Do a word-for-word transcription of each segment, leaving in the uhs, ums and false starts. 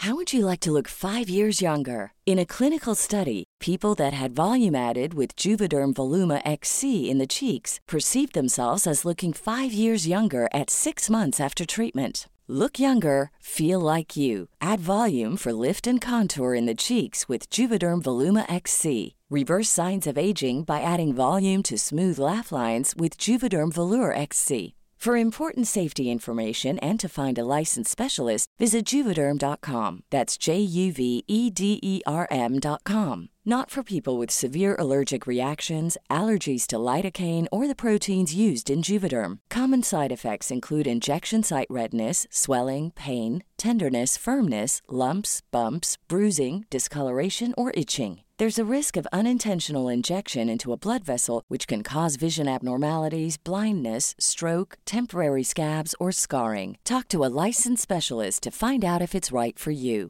How would you like to look five years younger? In a clinical study, people that had volume added with Juvederm Voluma X C in the cheeks perceived themselves as looking five years younger at six months after treatment. Look younger, feel like you. Add volume for lift and contour in the cheeks with Juvederm Voluma X C. Reverse signs of aging by adding volume to smooth laugh lines with Juvederm Volure X C. For important safety information and to find a licensed specialist, visit Juvederm dot com. That's J U V E D E R M dot com. Not for people with severe allergic reactions, allergies to lidocaine, or the proteins used in Juvederm. Common side effects include injection site redness, swelling, pain, tenderness, firmness, lumps, bumps, bruising, discoloration, or itching. There's a risk of unintentional injection into a blood vessel, which can cause vision abnormalities, blindness, stroke, temporary scabs, or scarring. Talk to a licensed specialist to find out if it's right for you.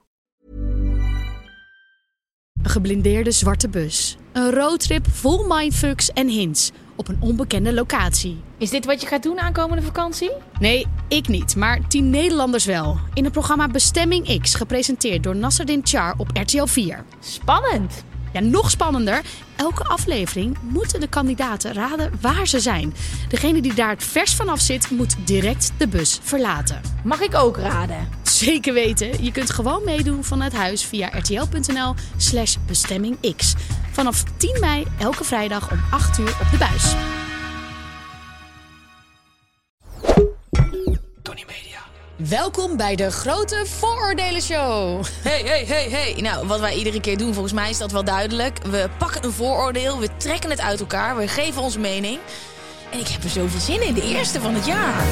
Een geblindeerde zwarte bus. Een roadtrip vol mindfucks en hints op een onbekende locatie. Is dit wat je gaat doen aankomende vakantie? Nee, ik niet, maar tien Nederlanders wel. In het programma Bestemming X, gepresenteerd door Nasserdin Char op R T L vier. Spannend! Ja, nog spannender. Elke aflevering moeten de kandidaten raden waar ze zijn. Degene die daar het vers vanaf zit, moet direct de bus verlaten. Mag ik ook raden? Zeker weten. Je kunt gewoon meedoen vanuit huis via rtl.nl slash bestemmingx. Vanaf tien mei elke vrijdag om acht uur op de buis. Tony Media. Welkom bij de Grote Vooroordelen Show. Hey, hey, hey, hey. Nou, wat wij iedere keer doen, volgens mij is dat wel duidelijk. We pakken een vooroordeel, we trekken het uit elkaar, we geven onze mening. En ik heb er zoveel zin in, de eerste van het jaar.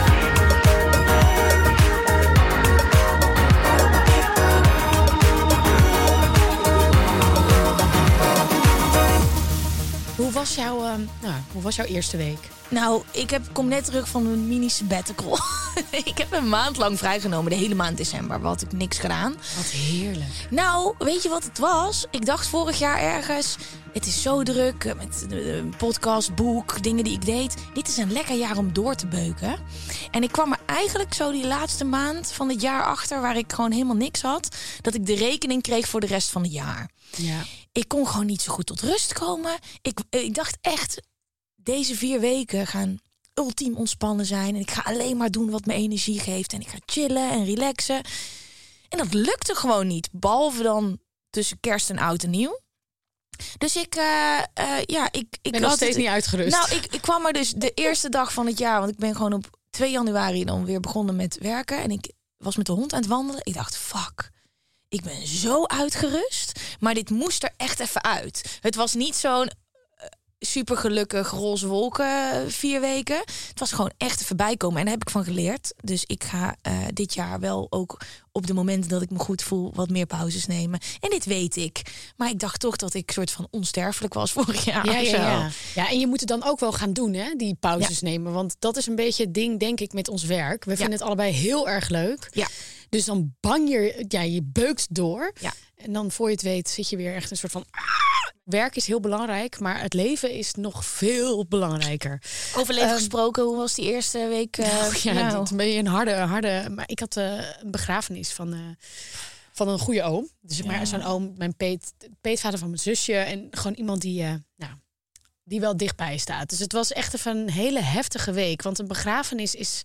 Hoe was jouw, uh, nou, hoe was jouw eerste week? Nou, ik heb, kom net terug van een mini sabbatical. Ik heb een maand lang vrijgenomen, de hele maand december. Wat had ik niks gedaan. Wat heerlijk. Nou, weet je wat het was? Ik dacht vorig jaar ergens, het is zo druk met de podcast, boek, dingen die ik deed. Dit is een lekker jaar om door te beuken. En ik kwam er eigenlijk zo die laatste maand van het jaar achter, waar ik gewoon helemaal niks had, dat ik de rekening kreeg voor de rest van het jaar. Ja. Ik kon gewoon niet zo goed tot rust komen. Ik, ik dacht echt, deze vier weken gaan ultiem ontspannen zijn. En ik ga alleen maar doen wat me energie geeft. En ik ga chillen en relaxen. En dat lukte gewoon niet. Behalve dan tussen kerst en oud en nieuw. Dus ik, uh, uh, ja, ik... ik ben nog steeds niet uitgerust. Nou, ik, ik kwam er dus de eerste dag van het jaar. Want ik ben gewoon op twee januari dan weer begonnen met werken. En ik was met de hond aan het wandelen. Ik dacht, fuck. Ik ben zo uitgerust. Maar dit moest er echt even uit. Het was niet zo'n super gelukkig roze wolken vier weken. Het was gewoon echt even bijkomen. En daar heb ik van geleerd. Dus ik ga uh, dit jaar wel ook op de momenten dat ik me goed voel wat meer pauzes nemen. En dit weet ik. Maar ik dacht toch dat ik soort van onsterfelijk was vorig jaar. Ja, ja, zo. ja. ja, en je moet het dan ook wel gaan doen, hè? Die pauzes Ja. nemen. Want dat is een beetje het ding, denk ik, met ons werk. We vinden het allebei heel erg leuk. Ja. Dus dan bang je, ja, je beukt door. Ja. En dan voor je het weet zit je weer echt een soort van... Werk is heel belangrijk, maar het leven is nog veel belangrijker. Over leven Um, gesproken, hoe was die eerste week? Uh, nou, ja, nou? dat ben je een harde, harde... Maar ik had uh, een begrafenis van, uh, van een goede oom. Dus Ja. maar zo'n oom, mijn peet, peetvader van mijn zusje. En gewoon iemand die, uh, nou, die wel dichtbij staat. Dus het was echt even een hele heftige week. Want een begrafenis is...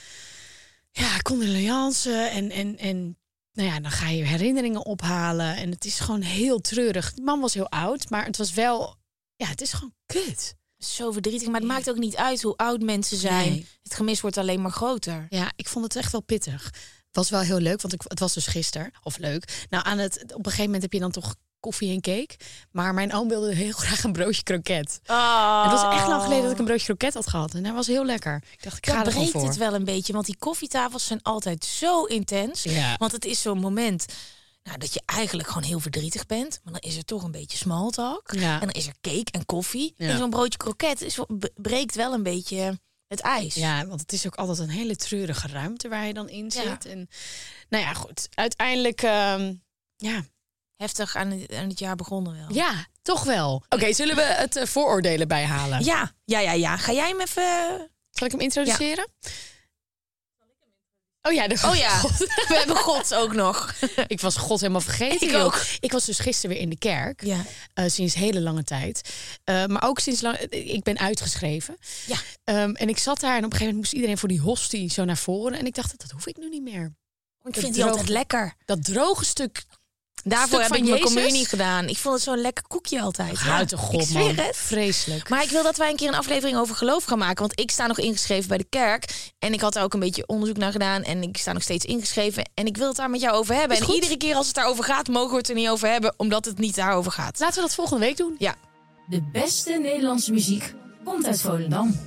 Ja, condoleance en... en, en nou ja, dan ga je herinneringen ophalen. En het is gewoon heel treurig. De man was heel oud, maar het was wel... Ja, het is gewoon kut. Zo verdrietig, maar het maakt ook niet uit hoe oud mensen zijn. Nee. Het gemis wordt alleen maar groter. Ja, ik vond het echt wel pittig. Het was wel heel leuk, want ik, het was dus gisteren. Of leuk. Nou, aan het, op een gegeven moment heb je dan toch koffie en cake. Maar mijn oom wilde heel graag een broodje kroket. Oh. Het was echt lang geleden dat ik een broodje kroket had gehad. En dat was heel lekker. Ik dacht, ik ga Dat er gewoon breekt voor. het wel een beetje, want die koffietafels zijn altijd zo intens. Ja. Want het is zo'n moment nou, dat je eigenlijk gewoon heel verdrietig bent. Maar dan is er toch een beetje small talk. Ja. En dan is er cake en koffie. Ja. En zo'n broodje kroket is, wel- b- breekt wel een beetje het ijs. Ja, want het is ook altijd een hele treurige ruimte waar je dan in zit. Ja. En nou ja, goed. Uiteindelijk, um, ja... Heftig aan het, aan het jaar begonnen wel. Ja, toch wel. Oké, okay, zullen we het uh, vooroordelen bijhalen? Ja, ja, ja, ja. Ga jij hem even... Zal ik hem introduceren? Oh ja, de... Oh ja, we hebben God ook nog. Ik was God helemaal vergeten. Ik joh. ook. Ik was dus gisteren weer in de kerk. Ja. Uh, sinds hele lange tijd. Uh, maar ook sinds lang... Ik ben uitgeschreven. Ja. Um, en ik zat daar en op een gegeven moment moest iedereen voor die hostie zo naar voren. En ik dacht, dat hoef ik nu niet meer. Ik dat vind die droge, altijd lekker. Dat droge stuk... Daarvoor heb van ik mijn Jezus? communie gedaan. Ik vond het zo'n lekker koekje altijd. Houd de god, ik zweer man. het. Vreselijk. Maar ik wil dat wij een keer een aflevering over geloof gaan maken. Want ik sta nog ingeschreven bij de kerk. En ik had daar ook een beetje onderzoek naar gedaan. En ik sta nog steeds ingeschreven. En ik wil het daar met jou over hebben. Is En goed. iedere keer als het daarover gaat, mogen we het er niet over hebben. Omdat het niet daarover gaat. Laten we dat volgende week doen. Ja. De beste Nederlandse muziek komt uit Volendam.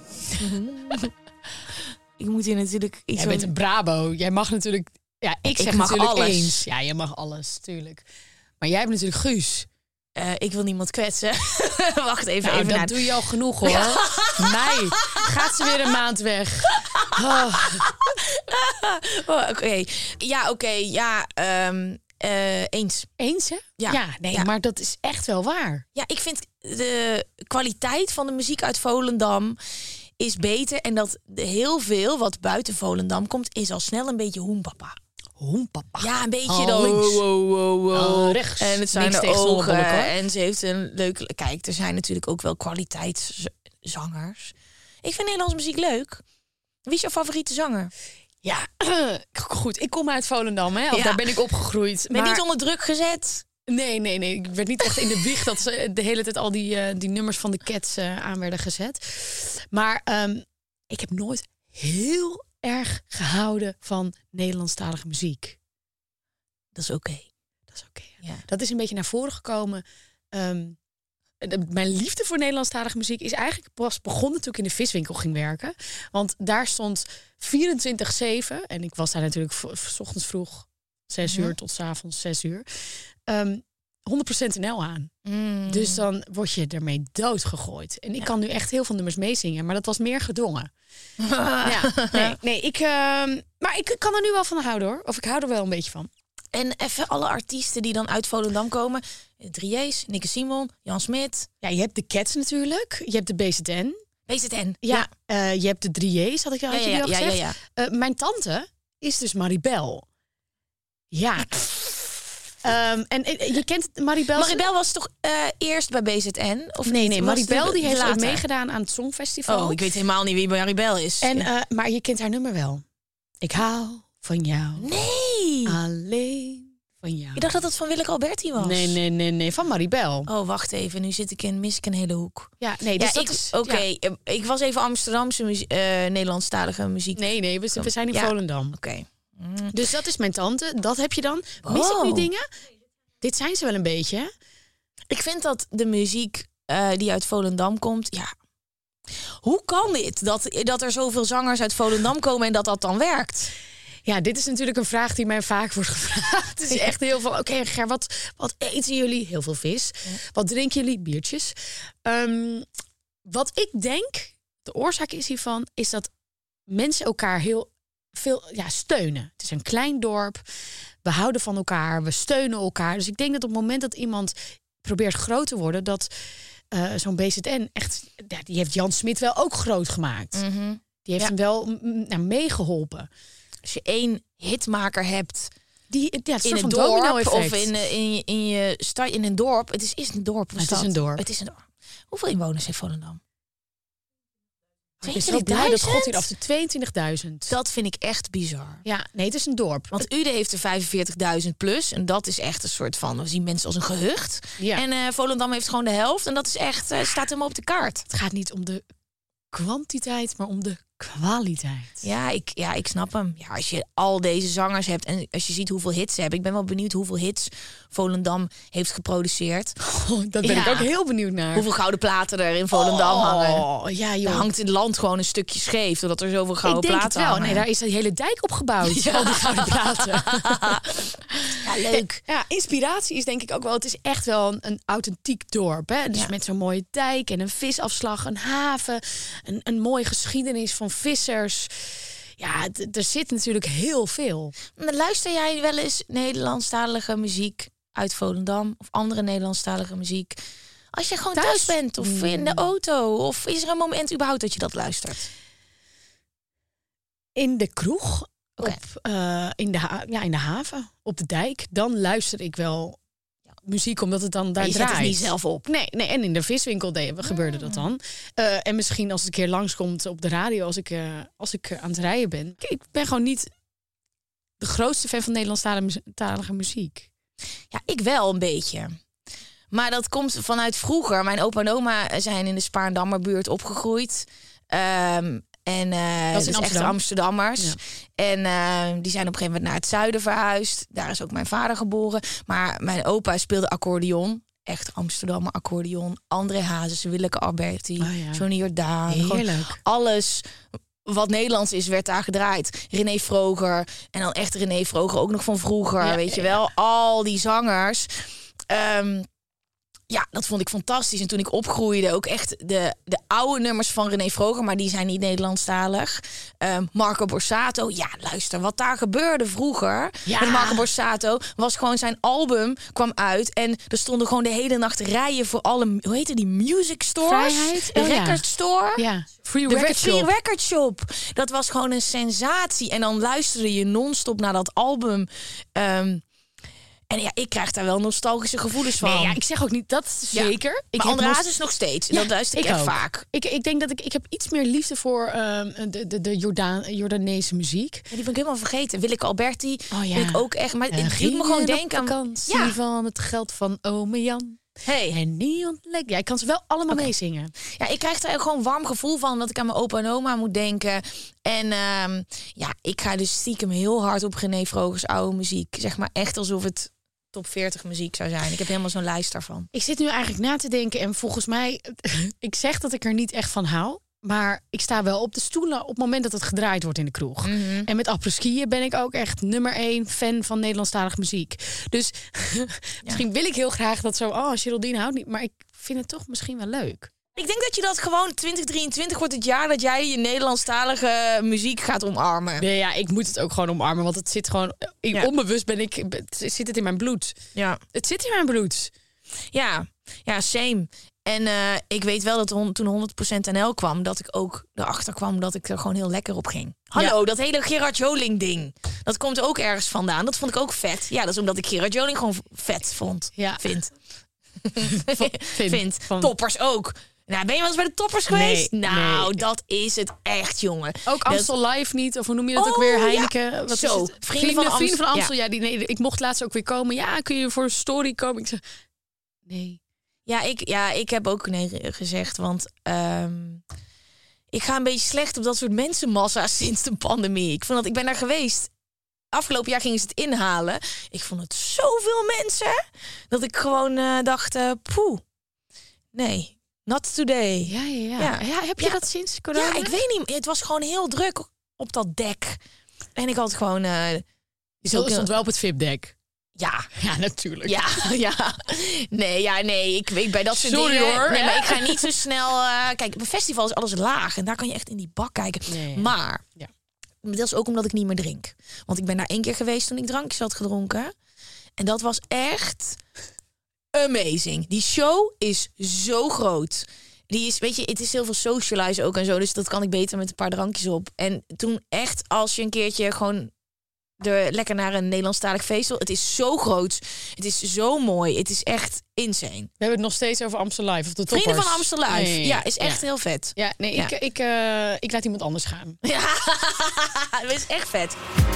Ik moet hier natuurlijk iets Jij bent een Brabo. Jij mag natuurlijk... Ja, ik zeg Ik mag natuurlijk alles. eens. Ja, jij mag alles, tuurlijk. Maar jij hebt natuurlijk Guus. Uh, ik wil niemand kwetsen. Wacht even, Nou, even dat naar. doe je al genoeg, hoor. Mij. Gaat ze weer een maand weg. Oh. Oh, oké. Okay. Ja, oké. Okay. Ja, um, uh, eens. Eens, hè? Ja. ja nee, ja. maar dat is echt wel waar. Ja, ik vind de kwaliteit van de muziek uit Volendam is beter. En dat heel veel wat buiten Volendam komt, is al snel een beetje hoenpapa. Hoenpapa. Ja, een beetje oh, dan. links. Wow, wow, wow. Oh, rechts. En het zijn Links de tegen ogen. Zonnebolk, hoor. En ze heeft een leuke... Kijk, er zijn natuurlijk ook wel kwaliteitszangers. Ik vind Nederlandse muziek leuk. Wie is jouw favoriete zanger? Ja, goed. Ik kom uit Volendam, hè? Of Ja. daar ben ik opgegroeid. Ben maar... niet onder druk gezet? Nee, nee, nee. Ik werd niet echt in de wieg dat ze de hele tijd al die, uh, die nummers van de Cats uh, aan werden gezet. Maar um, ik heb nooit heel erg gehouden van Nederlandstalige muziek. Dat is oké. Okay. Dat is oké. Okay, ja. Dat is een beetje naar voren gekomen. Um, de, mijn liefde voor Nederlandstalige muziek is eigenlijk pas begonnen toen ik in de viswinkel ging werken. Want daar stond vierentwintig zeven. En ik was daar natuurlijk v- v- ochtends vroeg, zes uur, tot 's avonds zes uur. Um, honderd procent N L aan. Mm. Dus dan word je ermee doodgegooid. En ik ja. kan nu echt heel veel nummers meezingen, maar dat was meer gedwongen. ja, nee, nee, ik, uh, maar ik kan er nu wel van houden, hoor. Of ik hou er wel een beetje van. En even alle artiesten die dan uit Volendam komen. Drieërs, Nikke Simon, Jan Smit. Ja, je hebt de Cats natuurlijk. Je hebt de B Z N. B Z N, ja. ja. Uh, je hebt de Drieërs, had ik al, ja, ja, al ja, gezegd. ja, ja. Uh, mijn tante is dus Maribel. Ja. Um, en uh, je kent Maribel. Maribel was toch uh, eerst bij B Z N? Of nee, nee. Maribel die heeft later. ook meegedaan aan het Songfestival. Oh, ik weet helemaal niet wie Maribel is. En, uh, maar je kent haar nummer wel. Ik hou van jou. Nee. Alleen van jou. Ik dacht dat dat van Willeke Alberti was. Nee, nee, nee, nee. Van Maribel. Oh, wacht even. Nu zit ik in, mis ik een hele hoek. Ja, nee. Dus ja, dat ik, is... Oké, okay. ja. Ik was even Amsterdamse muziek, uh, Nederlandstalige muziek. Nee, nee. We, we zijn in ja. Volendam. Oké. Okay. Mm. Dus dat is mijn tante. Dat heb je dan. Mis oh. ik nu dingen? Dit zijn ze wel een beetje, hè? Ik vind dat de muziek uh, die uit Volendam komt... Ja, hoe kan dit? Dat, dat er zoveel zangers uit Volendam komen en dat dat dan werkt? Ja, dit is natuurlijk een vraag die mij vaak wordt gevraagd. Het is echt heel veel... Oké, okay, Ger, wat, wat eten jullie? Heel veel vis. Ja. Wat drinken jullie? Biertjes. Um, wat ik denk, de oorzaak is hiervan... is dat mensen elkaar heel veel ja, steunen. Het is een klein dorp... We houden van elkaar, we steunen elkaar. Dus ik denk dat op het moment dat iemand probeert groot te worden... dat uh, zo'n B Z N echt... Ja, die heeft Jan Smit wel ook groot gemaakt. Mm-hmm. Die heeft ja. hem wel m- nou, meegeholpen. Als je één hitmaker hebt... Die, ja, het in een dorp of in, in, je, in je stad, in een dorp. Het is, is een dorp. Het is een dorp. Het is een dorp. Hoeveel inwoners heeft Volendam? Ik ben zo blij dat God hier af de tweeëntwintigduizend. Dat vind ik echt bizar. Ja, nee, het is een dorp. Want Uden heeft er vijfenveertigduizend plus. En dat is echt een soort van... We zien mensen als een gehucht. Ja. En uh, Volendam heeft gewoon de helft. En dat is echt... Uh, staat helemaal op de kaart. Het gaat niet om de kwantiteit, maar om de kwaliteit. Ja ik, ja, ik snap hem. Ja, als je al deze zangers hebt en als je ziet hoeveel hits ze hebben. Ik ben wel benieuwd hoeveel hits Volendam heeft geproduceerd. Oh, dat ben ja. ik ook heel benieuwd naar. Hoeveel gouden platen er in Volendam oh, hangen. Ja, joh. Er hangt het land gewoon een stukje scheef, doordat er zoveel gouden ik denk platen het wel. hangen. Nee, daar is een hele dijk opgebouwd. Ja. Al die gouden platen. Ja, leuk. Ja, inspiratie is denk ik ook wel... Het is echt wel een, een authentiek dorp. Hè? Dus ja. met zo'n mooie dijk en een visafslag, een haven... een, een mooie geschiedenis van vissers... Ja, d- er zit natuurlijk heel veel. Luister jij wel eens Nederlandstalige muziek uit Volendam... of andere Nederlandstalige muziek... als je gewoon thuis, thuis bent of mm. in de auto... of is er een moment überhaupt dat je dat luistert? In de kroeg Oké. op, uh, in, de ha- ja, in de haven, op de dijk. Dan luister ik wel muziek, omdat het dan daar Maar je draait. zet het niet zelf op. Nee, nee, en in de viswinkel deed, gebeurde dat dan. Uh, en misschien als het een keer langskomt op de radio, als ik, uh, als ik uh, aan het rijden ben. Ik ben gewoon niet de grootste fan van Nederlandstalige muziek. Ja, ik wel een beetje. Maar dat komt vanuit vroeger. Mijn opa en oma zijn in de Spaarndammerbuurt opgegroeid. Um, En uh, dat is dus echt Amsterdammers. Ja. En uh, die zijn op een gegeven moment naar het zuiden verhuisd. Daar is ook mijn vader geboren. Maar mijn opa speelde accordeon. Echt Amsterdammer accordeon. André Hazes, Willeke Alberti, oh ja. Johnny Jordaan. Heerlijk. Alles wat Nederlands is, werd daar gedraaid. René Vroger. En dan echt René Vroger ook nog van vroeger. Ja, weet je wel. Ja. Al die zangers. Um, Ja, dat vond ik fantastisch. En toen ik opgroeide, ook echt de, de oude nummers van René Vroger, maar die zijn niet Nederlandstalig. Um, Marco Borsato, ja, luister, wat daar gebeurde vroeger ja. met Marco Borsato was gewoon zijn album kwam uit en er stonden gewoon de hele nacht rijen voor alle, hoe heette die, music stores? Vrijheid? De oh, record ja. store? Ja, Free de Record Free Shop. Record Shop. Dat was gewoon een sensatie. En dan luisterde je non-stop naar dat album. Um, En ja, ik krijg daar wel nostalgische gevoelens van. Nee, ja, ik zeg ook niet dat zeker. Ja, ik maar André Hazes nog... is nog steeds. Ja, dat luister ik, ik echt ook. vaak. Ik, ik denk dat ik, ik heb iets meer liefde voor um, de, de, de Jordaan, Jordaanese muziek. Ja, die ben ik helemaal vergeten. Willeke Alberti oh, ja. vind ik ook echt. Maar het doet me gewoon denken aan vakantie ja. van het geld van ome Jan. Hey. En niet ontlekken. Ja, ik kan ze wel allemaal okay. meezingen. Ja, ik krijg daar ook gewoon een warm gevoel van dat ik aan mijn opa en oma moet denken. En um, ja, ik ga dus stiekem heel hard op René Vrogers oude muziek. Zeg maar echt alsof het top veertig muziek zou zijn. Ik heb helemaal zo'n lijst daarvan. Ik zit nu eigenlijk na te denken en volgens mij, ik zeg dat ik er niet echt van hou. Maar ik sta wel op de stoelen op het moment dat het gedraaid wordt in de kroeg. Mm-hmm. En met apres-skiën ben ik ook echt nummer één fan van Nederlandstalige muziek. Dus ja. misschien wil ik heel graag dat zo, oh, Geraldine houdt niet. Maar ik vind het toch misschien wel leuk. Ik denk dat je dat gewoon twintig drieëntwintig wordt het jaar dat jij je Nederlandstalige muziek gaat omarmen. Nee, ja, ik moet het ook gewoon omarmen, want het zit gewoon ik, ja. onbewust ben ik zit het in mijn bloed. Ja, het zit in mijn bloed. Ja, ja, same. En uh, ik weet wel dat on- toen honderd procent N L kwam, dat ik ook erachter kwam dat ik er gewoon heel lekker op ging. Hallo, ja. dat hele Gerard Joling ding. Dat komt ook ergens vandaan. Dat vond ik ook vet. Ja, dat is omdat ik Gerard Joling gewoon vet vond. Ja. Vind. Vind. Vind. Van... Toppers ook. Nou, ben je wel eens bij de Toppers geweest? Nee, nou, nee. dat is het echt, jongen. Ook Amstel dat... Live niet, of hoe noem je dat oh, ook weer? Heineken. Ja. Wat Zo, is het? vrienden, vrienden, van, vrienden van Amstel. Ja, ja die, nee, ik mocht laatst ook weer komen. Ja, kun je voor een story komen? Ik zeg, nee. Ja, ik, ja, ik heb ook nee gezegd, want um, ik ga een beetje slecht op dat soort mensenmassa's sinds de pandemie. Ik vond dat, ik ben daar geweest. Afgelopen jaar gingen ze het inhalen. Ik vond het zoveel mensen dat ik gewoon uh, dacht, uh, poeh, nee. Not today. Ja, ja, ja. ja. ja heb je ja. dat sinds corona? Ja, ik weet niet. Het was gewoon heel druk op dat dek. En ik had gewoon... Uh, je stond heel... wel op het V I P-dek. Ja. Ja, natuurlijk. Ja, ja. Nee, ja, nee. Ik weet bij dat soort Sorry, dingen... hoor. Nee, maar ik ga niet zo snel... Uh, kijk, op een festival is alles laag. En daar kan je echt in die bak kijken. Nee. Maar... Ja. Dat is ook omdat ik niet meer drink. Want ik ben daar één keer geweest toen ik drankjes had gedronken. En dat was echt... amazing. Die show is zo groot. Die is, weet je, het is heel veel socialize ook en zo. Dus dat kan ik beter met een paar drankjes op. En toen echt, als je een keertje gewoon er lekker naar een Nederlandstalig feest wil. Het is zo groot. Het is zo mooi. Het is echt insane. We hebben het nog steeds over Amstel Live of de Toppers. Vrienden van Amstel Live. Nee, ja, is echt ja. heel vet. Ja, nee, ja. ik, ik, uh, ik laat iemand anders gaan. Ja, dat is echt vet.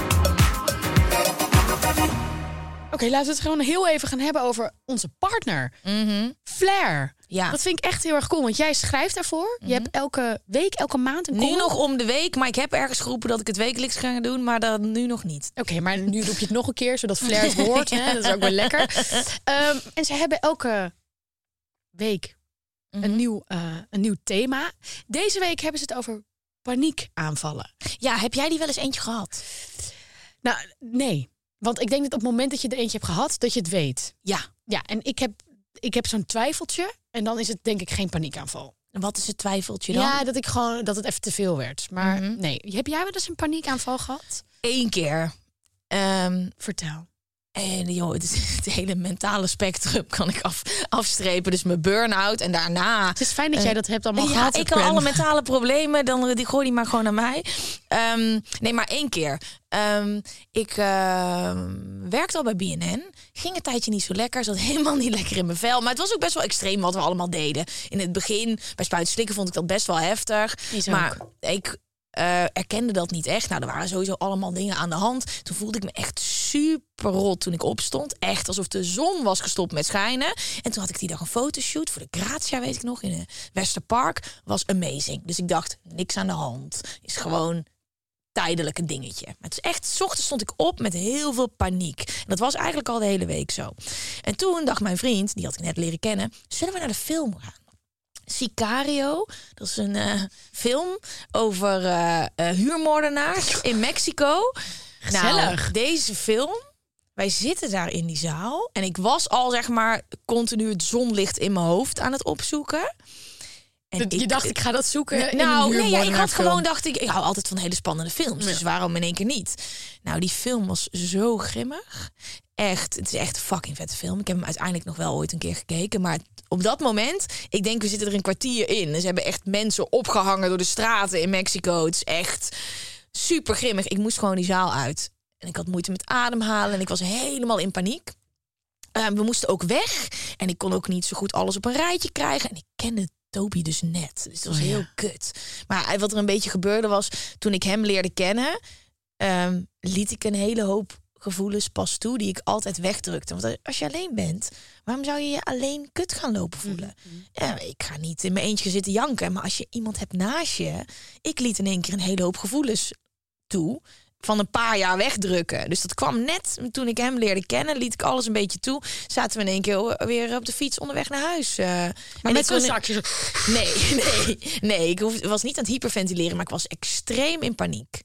Oké, okay, laten we het gewoon heel even gaan hebben over onze partner. Mm-hmm. Flair. Ja. Dat vind ik echt heel erg cool. Want jij schrijft daarvoor. Mm-hmm. Je hebt elke week, elke maand een Nu column. nog om de week. Maar ik heb ergens geroepen dat ik het wekelijks ga doen. Maar dat nu nog niet. Oké, okay, maar nu roep je het nog een keer. Zodat Flair het hoort. ja. hè? Dat is ook wel lekker. Um, en ze hebben elke week mm-hmm. een, nieuw, uh, een nieuw thema. Deze week hebben ze het over paniekaanvallen. Ja, heb jij die wel eens eentje gehad? Nou, nee. Want ik denk dat op het moment dat je er eentje hebt gehad, dat je het weet. Ja. Ja, en ik heb, ik heb zo'n twijfeltje. En dan is het denk ik geen paniekaanval. En wat is het twijfeltje dan? Ja, dat ik gewoon dat het even te veel werd. Maar mm-hmm. nee. Heb jij wel eens een paniekaanval gehad? Eén keer. Um, Vertel. En joh, het, is, het hele mentale spectrum kan ik af, afstrepen. Dus mijn burn-out en daarna... Het is fijn dat uh, jij dat hebt allemaal ja, gehad. ik kan Ben. alle mentale problemen, dan die gooi die maar gewoon naar mij. Um, nee, maar één keer. Um, ik uh, werkte al bij B N N. Ging een tijdje niet zo lekker. Zat helemaal niet lekker in mijn vel. Maar het was ook best wel extreem wat we allemaal deden. In het begin, bij spuiten slikken, vond ik dat best wel heftig. Is maar ook. ik... Uh, erkende dat niet echt. Nou, er waren sowieso allemaal dingen aan de hand. Toen voelde ik me echt super rot toen ik opstond. Echt alsof de zon was gestopt met schijnen. En toen had ik die dag een fotoshoot voor de Grazia, weet ik nog, in de Westerpark. Was amazing. Dus ik dacht, niks aan de hand. Is gewoon tijdelijk een dingetje. Maar het is echt, 's ochtends stond ik op met heel veel paniek. En dat was eigenlijk al de hele week zo. En toen dacht mijn vriend, die had ik net leren kennen, zullen we naar de film gaan? Sicario, dat is een uh, film over uh, uh, huurmoordenaars in Mexico. Gezellig. Nou, deze film, wij zitten daar in die zaal en ik was al zeg maar continu het zonlicht in mijn hoofd aan het opzoeken. En je ik, dacht, ik ga dat zoeken. Nou, in nou een nee, ja, ik had film. gewoon dacht ik, ik hou altijd van hele spannende films, Ja. dus waarom in één keer niet? Nou, die film was zo grimmig. Echt, het is echt een fucking vette film. Ik heb hem uiteindelijk nog wel ooit een keer gekeken, maar op dat moment, ik denk we zitten er een kwartier in. Ze hebben echt mensen opgehangen door de straten in Mexico. Het is echt super grimmig. Ik moest gewoon die zaal uit. En ik had moeite met ademhalen en ik was helemaal in paniek. Uh, we moesten ook weg en ik kon ook niet zo goed alles op een rijtje krijgen. En ik kende Toby dus net. Dus dat was Oh, ja. heel kut. Maar wat er een beetje gebeurde was, toen ik hem leerde kennen, um, liet ik een hele hoop gevoelens pas toe die ik altijd wegdrukte. Want als je alleen bent, waarom zou je je alleen kut gaan lopen voelen? Mm-hmm. Ja, ik ga niet in mijn eentje zitten janken. Maar als je iemand hebt naast je, ik liet in één keer een hele hoop gevoelens toe van een paar jaar wegdrukken. Dus dat kwam net toen ik hem leerde kennen, liet ik alles een beetje toe. Zaten we in één keer weer op de fiets onderweg naar huis. Uh, Maar en met zo'n kon... zakje. Zo... Nee, nee, nee. Ik hoef, was niet aan het hyperventileren, maar ik was extreem in paniek.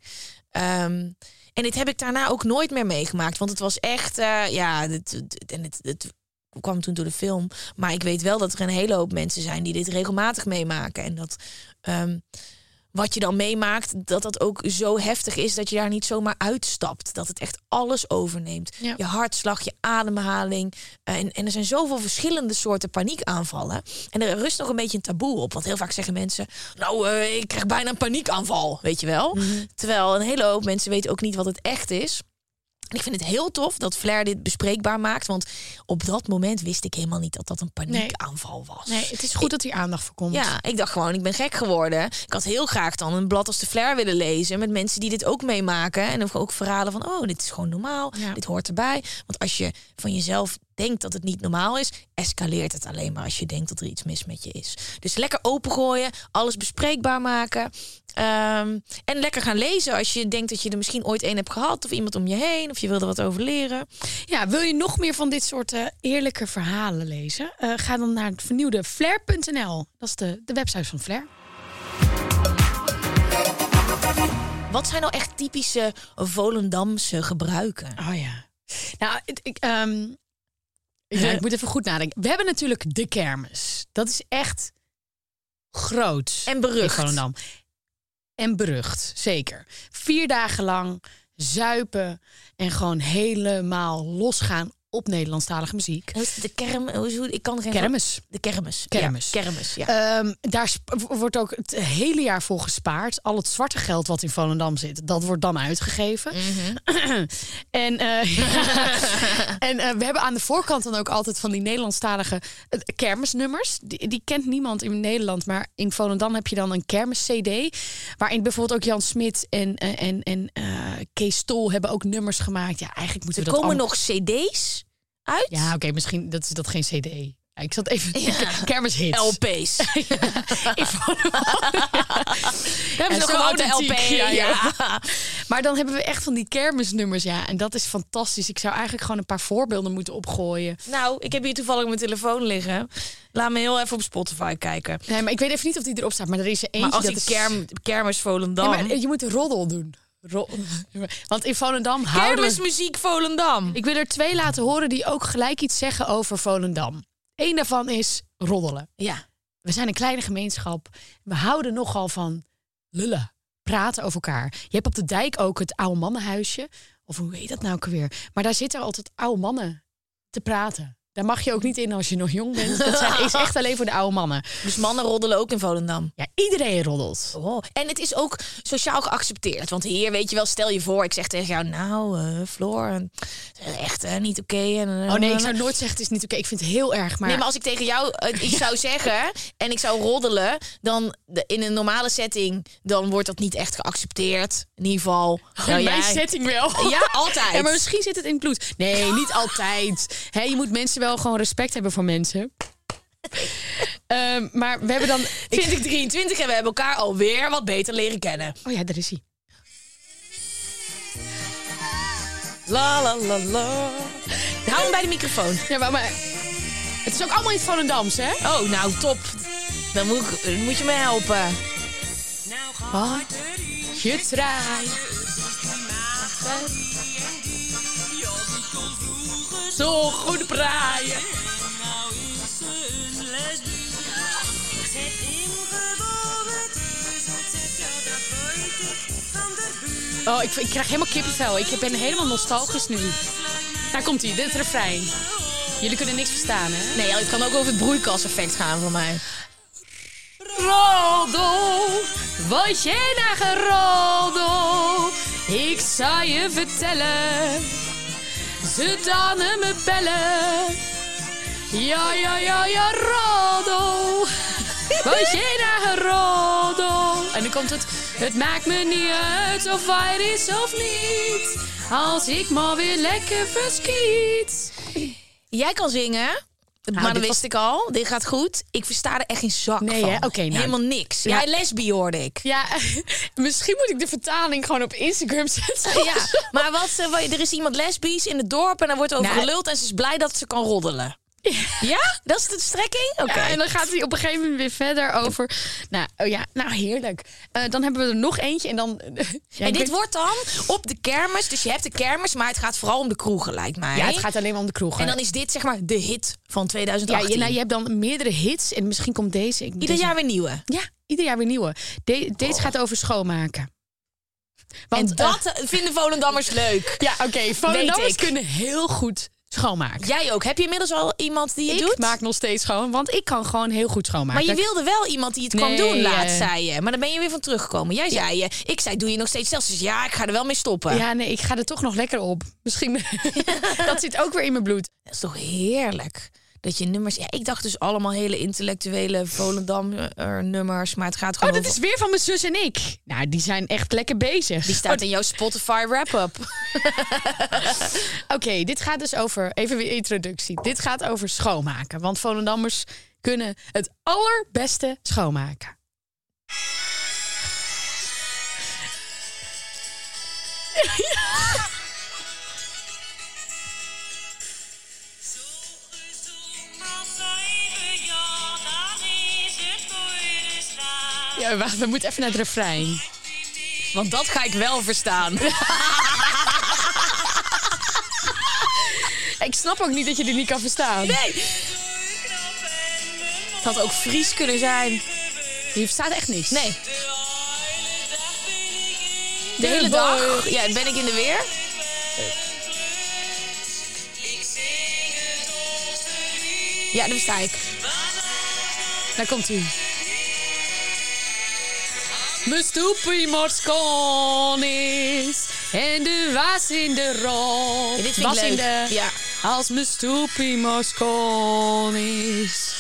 Um, en dit heb ik daarna ook nooit meer meegemaakt. Want het was echt, uh, ja, het, het, en het, het kwam toen door de film. Maar ik weet wel dat er een hele hoop mensen zijn die dit regelmatig meemaken. En dat um, wat je dan meemaakt, dat dat ook zo heftig is dat je daar niet zomaar uitstapt. Dat het echt alles overneemt. Ja. Je hartslag, je ademhaling. Uh, en, en er zijn zoveel verschillende soorten paniekaanvallen. En er rust nog een beetje een taboe op. Want heel vaak zeggen mensen, nou, uh, ik krijg bijna een paniekaanval. Weet je wel? Mm-hmm. Terwijl een hele hoop mensen weten ook niet wat het echt is. En ik vind het heel tof dat Flair dit bespreekbaar maakt. Want op dat moment wist ik helemaal niet dat dat een paniekaanval was. Nee, het is goed ik, dat hier aandacht voor komt. Ja, ik dacht gewoon, ik ben gek geworden. Ik had heel graag dan een blad als de Flair willen lezen met mensen die dit ook meemaken. En ook verhalen van, oh, dit is gewoon normaal. Ja. Dit hoort erbij. Want als je van jezelf denkt dat het niet normaal is, escaleert het alleen maar als je denkt dat er iets mis met je is. Dus lekker opengooien, alles bespreekbaar maken. Um, en lekker gaan lezen als je denkt dat je er misschien ooit een hebt gehad of iemand om je heen of je wil er wat over leren. Ja, wil je nog meer van dit soort uh, eerlijke verhalen lezen? Uh, ga dan naar het vernieuwde Flair punt n l. Dat is de, de website van Flair. Wat zijn nou echt typische Volendamse gebruiken? Oh ja. Nou, ik, um, ja, ik moet even goed nadenken. We hebben natuurlijk de kermis. Dat is echt groot. En berucht. In Volendam. En berucht, zeker. Vier dagen lang zuipen en gewoon helemaal losgaan op Nederlandstalige muziek. De kerm, hoe ik kan geen kermis. De kermis. Kermis. Ja, kermis ja. Um, daar sp- wordt ook het hele jaar voor gespaard. Al het zwarte geld wat in Volendam zit, dat wordt dan uitgegeven. Mm-hmm. en uh, ja. en uh, we hebben aan de voorkant dan ook altijd van die Nederlandstalige uh, kermisnummers. Die, die kent niemand in Nederland, maar in Volendam heb je dan een kermis-C D, waarin bijvoorbeeld ook Jan Smit en uh, en en uh, Kees Stol hebben ook nummers gemaakt. Ja, eigenlijk moeten er we dat komen allemaal... nog C D's uit? Ja, oké, okay, misschien dat is dat geen C D. Ja, ik zat even ja. kermishits. L P's. ja, ik vond hem al, ja. We hebben nog een oude L P. Ja, ja. Ja. Maar dan hebben we echt van die kermisnummers. Ja, en dat is fantastisch. Ik zou eigenlijk gewoon een paar voorbeelden moeten opgooien. Nou, ik heb hier toevallig mijn telefoon liggen. Laat me heel even op Spotify kijken. Nee, maar ik weet even niet of die erop staat. Maar er is er eentje. Maar als dat ik is... kerm, kermis Volendam... Nee, maar je moet roddel doen. Ro- Want in Volendam houden we... Kermismuziek Volendam. Ik wil er twee laten horen die ook gelijk iets zeggen over Volendam. Eén daarvan is roddelen. Ja. We zijn een kleine gemeenschap. We houden nogal van lullen. Praten over elkaar. Je hebt op de dijk ook het oude mannenhuisje. Of hoe heet dat nou ook alweer? Maar daar zitten altijd oude mannen te praten. Daar mag je ook niet in als je nog jong bent. Dat zijn, is echt alleen voor de oude mannen. Dus mannen roddelen ook in Volendam. Ja, iedereen roddelt. Oh. En het is ook sociaal geaccepteerd. Want hier, weet je wel, stel je voor, ik zeg tegen jou, nou, uh, Floor, echt uh, niet oké. Okay. Uh, oh nee, ik zou nooit zeggen het is niet oké. Okay. Ik vind het heel erg. Maar... Nee, maar als ik tegen jou uh, iets zou zeggen en ik zou roddelen, dan de, in een normale setting, dan wordt dat niet echt geaccepteerd. In ieder geval. Oh, nou, in mijn jij... setting wel. Ja, altijd. Ja, maar misschien zit het in het bloed. Nee, niet altijd. He, je moet mensen wel gewoon respect hebben voor mensen. um, maar we hebben dan... twintig drieëntwintig en we hebben elkaar alweer wat beter leren kennen. Oh ja, daar is hij. La la la la. Hou hem bij de microfoon. Ja, maar, maar het is ook allemaal in het Volendams, hè? Oh, nou top. Dan moet, ik, dan moet je me helpen. Wat? Je draait. Zo goed braaien. Oh, ik, ik krijg helemaal kippenvel. Ik ben helemaal nostalgisch nu. Daar komt hij, dit refrein. Jullie kunnen niks verstaan, hè? Nee, het kan ook over het broeikaseffect gaan voor mij. Roldo, word jij naar geroldo? Ik zou je vertellen. Ze dannen me bellen. Ja, ja, ja, ja, Roldo. Word jij naar geroldo? En dan komt het. Het maakt me niet uit of hij is of niet. Als ik maar weer lekker verskiet. Jij kan zingen. Nou, maar dat wist was... ik al. Dit gaat goed. Ik versta er echt geen zak nee, van. Oké, okay, nou. Helemaal niks. Ja, ja lesbi hoorde ik. Ja, misschien moet ik de vertaling gewoon op Instagram zetten. Ja, maar wat, er is iemand lesbisch in het dorp en daar wordt over nou, geluld en ze is blij dat ze kan roddelen. Ja, ja? Dat is de strekking? Oké. Okay. Ja, en dan gaat hij op een gegeven moment weer verder over... Nou, oh ja, nou heerlijk. Uh, dan hebben we er nog eentje en dan... Uh, ja, en dit weet... wordt dan op de kermis. Dus je hebt de kermis, maar het gaat vooral om de kroegen, lijkt mij. Ja, het gaat alleen maar om de kroegen. En dan is dit zeg maar de hit van twintig achttien. Ja, je, nou, je hebt dan meerdere hits en misschien komt deze... Ik, ieder deze... jaar weer nieuwe? Ja, ieder jaar weer nieuwe. De, deze oh. gaat over schoonmaken. Want en dat uh, vinden Volendammers leuk. Ja, oké. Okay. Volendammers kunnen heel goed... schoonmaken. Jij ook. Heb je inmiddels al iemand die het ik doet? Ik maak nog steeds schoon, want ik kan gewoon heel goed schoonmaken. Maar je wilde wel iemand die het nee, kan doen, laatst uh... zei je. Maar dan ben je weer van teruggekomen. Jij ja. zei je. Ik zei, doe je nog steeds zelfs. Dus ja, ik ga er wel mee stoppen. Ja, nee, ik ga er toch nog lekker op. Misschien. Dat zit ook weer in mijn bloed. Dat is toch heerlijk. Dat je nummers... Ja, ik dacht dus allemaal hele intellectuele Volendam-nummers. Maar het gaat gewoon Oh, dat over... is weer van mijn zus en ik. Nou, die zijn echt lekker bezig. Die staat oh, in jouw Spotify wrap-up. Oké, okay, dit gaat dus over... Even weer introductie. Dit gaat over schoonmaken. Want Volendammers kunnen het allerbeste schoonmaken. Ja. Ja, wacht, we moeten even naar het refrein. Want dat ga ik wel verstaan. Ik snap ook niet dat je dit niet kan verstaan. Nee. Het had ook Fries kunnen zijn. Je verstaat echt niks. Nee. De hele dag. Ja, ben ik in de weer. Ja, dat versta ik. Daar komt u. Mijn stoepie maar schoon is en de was in de rol. Ja, dit vind ik was leuk. In de, ja. Als mijn stoepie maar schoon is.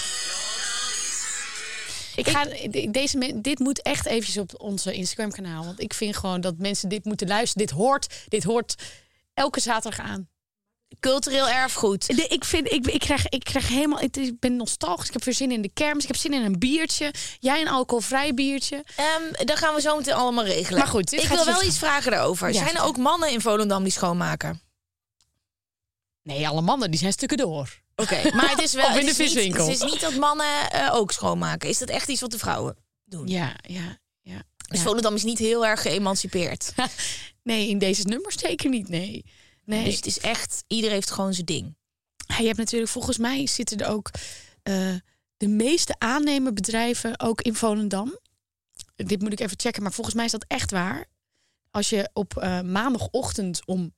Ik ga, ik, deze, dit moet echt eventjes op onze Instagram kanaal. Want ik vind gewoon dat mensen dit moeten luisteren. Dit hoort, dit hoort elke zaterdag aan. Cultureel erfgoed. De, ik, vind, ik, ik, krijg, ik krijg helemaal... Ik ben nostalgisch. Ik heb weer zin in de kermis. Ik heb zin in een biertje. Jij een alcoholvrij biertje. Um, dat gaan we zo meteen allemaal regelen. Maar goed, dit ik gaat wil wel dus... iets vragen daarover. Ja, zijn er ook mannen in Volendam die schoonmaken? Nee, alle mannen die zijn stukken door. Oké, okay, maar het is wel... Of in de viswinkel. Het is niet dat mannen uh, ook schoonmaken. Is dat echt iets wat de vrouwen doen? Ja, ja, ja. Dus ja. Volendam is niet heel erg geëmancipeerd. Nee, in deze nummers zeker niet, nee. Nee. Dus het is echt, iedereen heeft gewoon zijn ding. Je hebt natuurlijk, volgens mij zitten er ook uh, de meeste aannemerbedrijven ook in Volendam. Dit moet ik even checken, maar volgens mij is dat echt waar. Als je op uh, maandagochtend om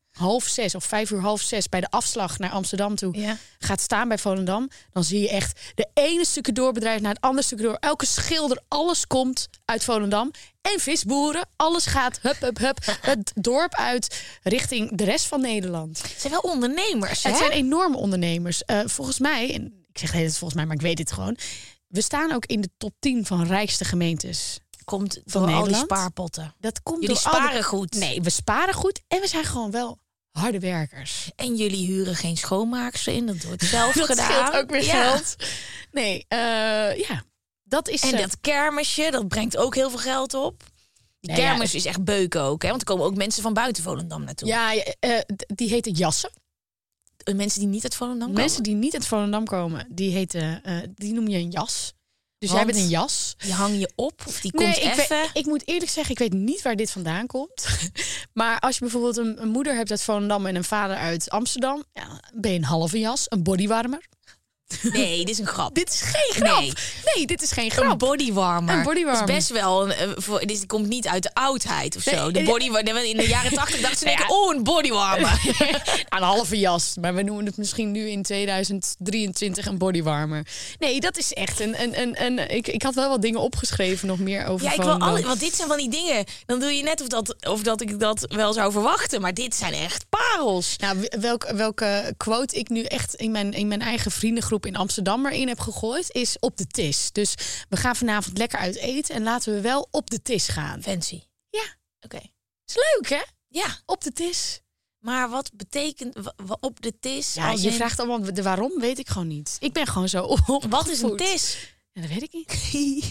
half zes of vijf uur half zes bij de afslag naar Amsterdam toe Ja. gaat staan bij Volendam, dan zie je echt de ene stukje doorbedrijf naar het andere stukje door. Elke schilder, alles komt uit Volendam. En visboeren, alles gaat hup, hup, hup, het dorp uit richting de rest van Nederland. Het zijn wel ondernemers, hè? Het zijn enorme ondernemers. Uh, volgens mij, en ik zeg het volgens mij, maar ik weet het gewoon. We staan ook in de top tien van rijkste gemeentes. Komt van door Nederland. al die spaarpotten. Dat komt Jullie door al sparen de... goed. Nee, we sparen goed en we zijn gewoon wel harde werkers. En jullie huren geen schoonmaakster in, dat wordt zelf dat gedaan. scheelt ook weer Ja. geld. Nee, uh, ja, dat is... En uh, dat kermisje, dat brengt ook heel veel geld op. Die Nee, ja, kermis is echt beuken ook, hè? Want er komen ook mensen van buiten Volendam naartoe. Ja, uh, d- die heten jassen. Mensen die niet uit Volendam komen. Mensen die niet uit Volendam komen, die heten, uh, die noem je een jas. Dus Want jij bent een jas. Die hang je op of die Nee, komt ik, even. weet, ik moet eerlijk zeggen, ik weet niet waar dit vandaan komt. Maar als je bijvoorbeeld een, een moeder hebt uit Volendam en een vader uit Amsterdam, ja, ben je een halve jas, een bodywarmer. Nee, dit is een grap. Dit is geen grap. Nee. Nee, dit is geen Een grap. bodywarmer. Een bodywarmer. Dat is best wel een, uh, voor, dit komt niet uit de oudheid of zo. Nee, De nee. bodywarmer. In de jaren tachtig dachten ze Ja. denken, oh, een bodywarmer. Een halve jas. Maar we noemen het misschien nu in tweeduizend drieëntwintig een bodywarmer. Nee, dat is echt een... een, een, een ik, ik had wel wat dingen opgeschreven nog meer over Ja, ik wil Volendam. alle, want dit zijn van die dingen. Dan doe je net of dat, of dat ik dat wel zou verwachten. Maar dit zijn echt parels. Nou, welke, welke quote ik nu echt in mijn, in mijn eigen vriendengroep in Amsterdam erin heb gegooid, is op de tis. Dus we gaan vanavond lekker uit eten en laten we wel op de tis gaan. Fancy. Ja, Oké. is leuk hè? Ja, Op de tis. maar wat betekent wa- wa- op de tis? Ja, als je in- vraagt allemaal de waarom, weet ik gewoon niet. Ik ben gewoon zo Wat is een opgevoed. tis? Ja, dat weet ik niet.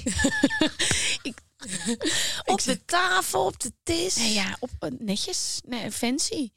ik, Op de tafel, op de tis. nee, ja, op, uh, netjes. Nee, fancy.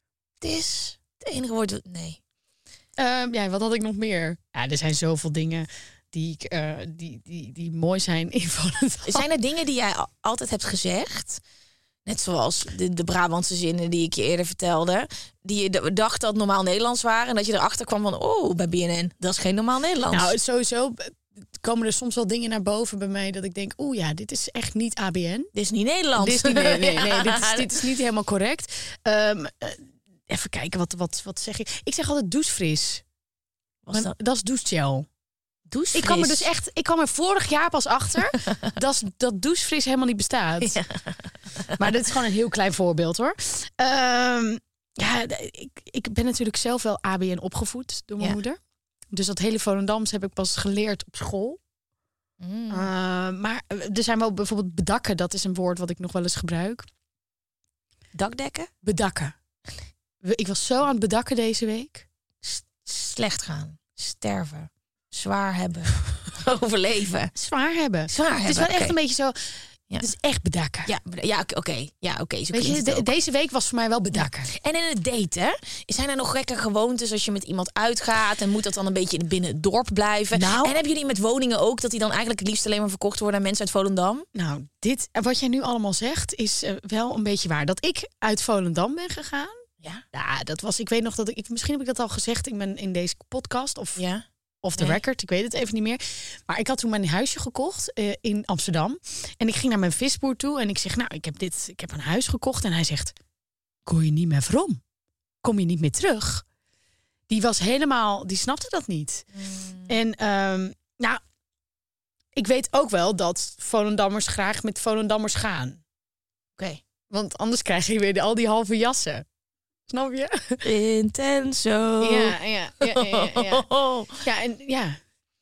Tis. Het enige woord... dat- Nee. Ehm, ja, wat had ik nog meer? Ja, er zijn zoveel dingen die, ik, uh, die, die, die mooi zijn in Volendam. Zijn er dingen die jij al- altijd hebt gezegd? Net zoals de, de Brabantse zinnen die ik je eerder vertelde. Die je d- dacht dat normaal Nederlands waren. En dat je erachter kwam van, oh, bij B N N, dat is geen normaal Nederlands. Nou, sowieso komen er soms wel dingen naar boven bij mij dat ik denk, oeh ja, dit is echt niet A B N. dit is niet Nederlands. Dit is niet, nee, nee, nee, dit, is, Ja. dit is niet helemaal correct. Um, uh, even kijken, wat, wat, wat zeg ik? Ik zeg altijd douchefris. Was Maar dat dat is douchegel. douchefris? Ik kwam er dus echt, ik kwam er vorig jaar pas achter dat, dat douchefris helemaal niet bestaat. Ja. Maar dit is gewoon een heel klein voorbeeld hoor. Um, ja, ik, ik ben natuurlijk zelf wel A B N opgevoed door mijn Ja. moeder. Dus dat hele Volendams heb ik pas geleerd op school. Mm. Uh, maar er zijn wel bijvoorbeeld bedakken. Dat is een woord wat ik nog wel eens gebruik. Dakdekken? Bedakken. Ik was zo aan het bedakken deze week. S- slecht gaan. Sterven. Zwaar hebben. Overleven. Zwaar hebben. Zwaar hebben. Het is wel echt oké. een beetje zo. Ja. Het is echt bedakken. Ja, beda- ja oké. oké. Ja, oké. Zo Weet je, klinkt het de- ook. deze week was voor mij wel bedakken. En in het daten, zijn er nog gekke gewoontes als je met iemand uitgaat en moet dat dan een beetje binnen het dorp blijven? Nou- En hebben jullie met woningen ook dat die dan eigenlijk het liefst alleen maar verkocht worden aan mensen uit Volendam? Nou, dit, wat jij nu allemaal zegt, is uh, wel een beetje waar. Dat ik uit Volendam ben gegaan. Ja. Ja, dat was. Ik weet nog dat ik. ik misschien heb ik dat al gezegd in, mijn, in deze podcast. Of Ja. Of de Nee. record, ik weet het even niet meer. Maar ik had toen mijn huisje gekocht uh, in Amsterdam. En ik ging naar mijn visboer toe en ik zeg, nou, ik heb dit, ik heb een huis gekocht. En hij zegt, kom je niet meer from? Kom je niet meer terug? Die was helemaal, die snapte dat niet. Mm. En um, nou, ik weet ook wel dat Volendammers graag met Volendammers gaan. Oké. Want anders krijg je weer de, al die halve jassen. Snap je? Intenso. Ja, ja, ja, ja, ja. Ja, en ja.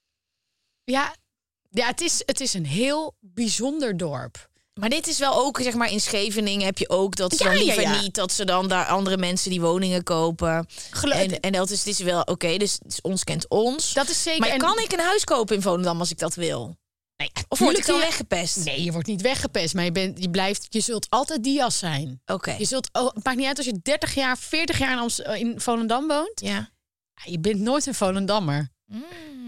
Ja, ja het, is, het is een heel bijzonder dorp. Maar dit is wel ook, zeg maar, in Scheveningen heb je ook dat ze Ja, dan ja, liever ja. niet dat ze dan daar andere mensen die woningen kopen. Gelo- En, en dat is, het is wel oké, dus, dus ons kent ons. Dat is zeker. maar en- kan ik een huis kopen in Volendam als ik dat wil? Nee, Of word ik tuurlijk dan kun je- weggepest? Nee, je wordt niet weggepest, maar je, bent, je blijft, je zult altijd die jas zijn. Oké. Je zult, oh, het maakt niet uit als je dertig jaar, veertig jaar in, Amst- in Volendam woont. Ja. Ja, je bent nooit een Volendammer. Mm.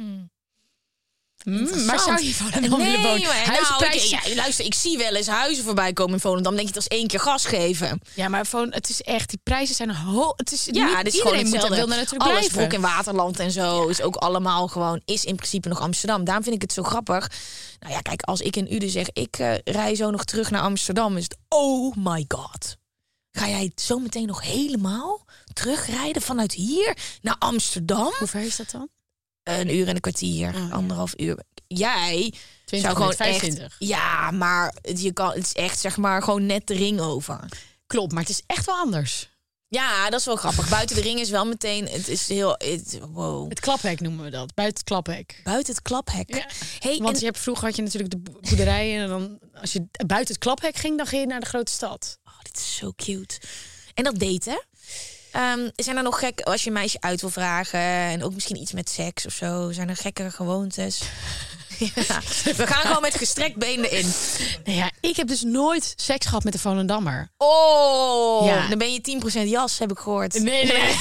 Mm, Interessant. maar zou je in Volendam willen wonen? maar nou, Huizenprijzen- ik, ja, luister, ik zie wel eens huizen voorbij komen in Volendam. Denk je, dat is één keer gas geven. Ja, maar Vol- het is echt, die prijzen zijn hoog. Het is Ja, niet, dit is iedereen gewoon moet, hetzelfde. wil daar natuurlijk Alles, blijven. Broek en Waterland en zo, is ook allemaal gewoon, is in principe nog Amsterdam. Daarom vind ik het zo grappig. Nou ja, kijk, als ik in Uden zeg, ik uh, rij zo nog terug naar Amsterdam, is het, oh my god. Ga jij zo meteen nog helemaal terugrijden vanuit hier naar Amsterdam? Hoe ver is dat dan? Een uur en een kwartier, Oh, ja. anderhalf uur. Jij twintig zou gewoon vijfentwintig. echt... Ja, maar het, je kan, het is echt zeg maar gewoon net de ring over. Klopt, maar het is echt wel anders. Ja, dat is wel grappig. Buiten de ring is wel meteen... Het is heel... Het, wow. Het klaphek noemen we dat. Buiten het klaphek. Buiten het klaphek. Ja. Hey, Want en- je hebt, vroeger had je natuurlijk de bo- boerderijen. En dan, als je buiten het klaphek ging, dan ging je naar de grote stad. Oh, dit is zo cute. En dat daten? Um, zijn er nog gek als je een meisje uit wil vragen en ook misschien iets met seks of zo? Zijn er gekkere gewoontes? Ja. We gaan gewoon met gestrekt been erin. Nou ja, ik heb dus nooit seks gehad met de Volendammer. Oh, Ja. dan ben je tien procent jas, heb ik gehoord. Nee, nee.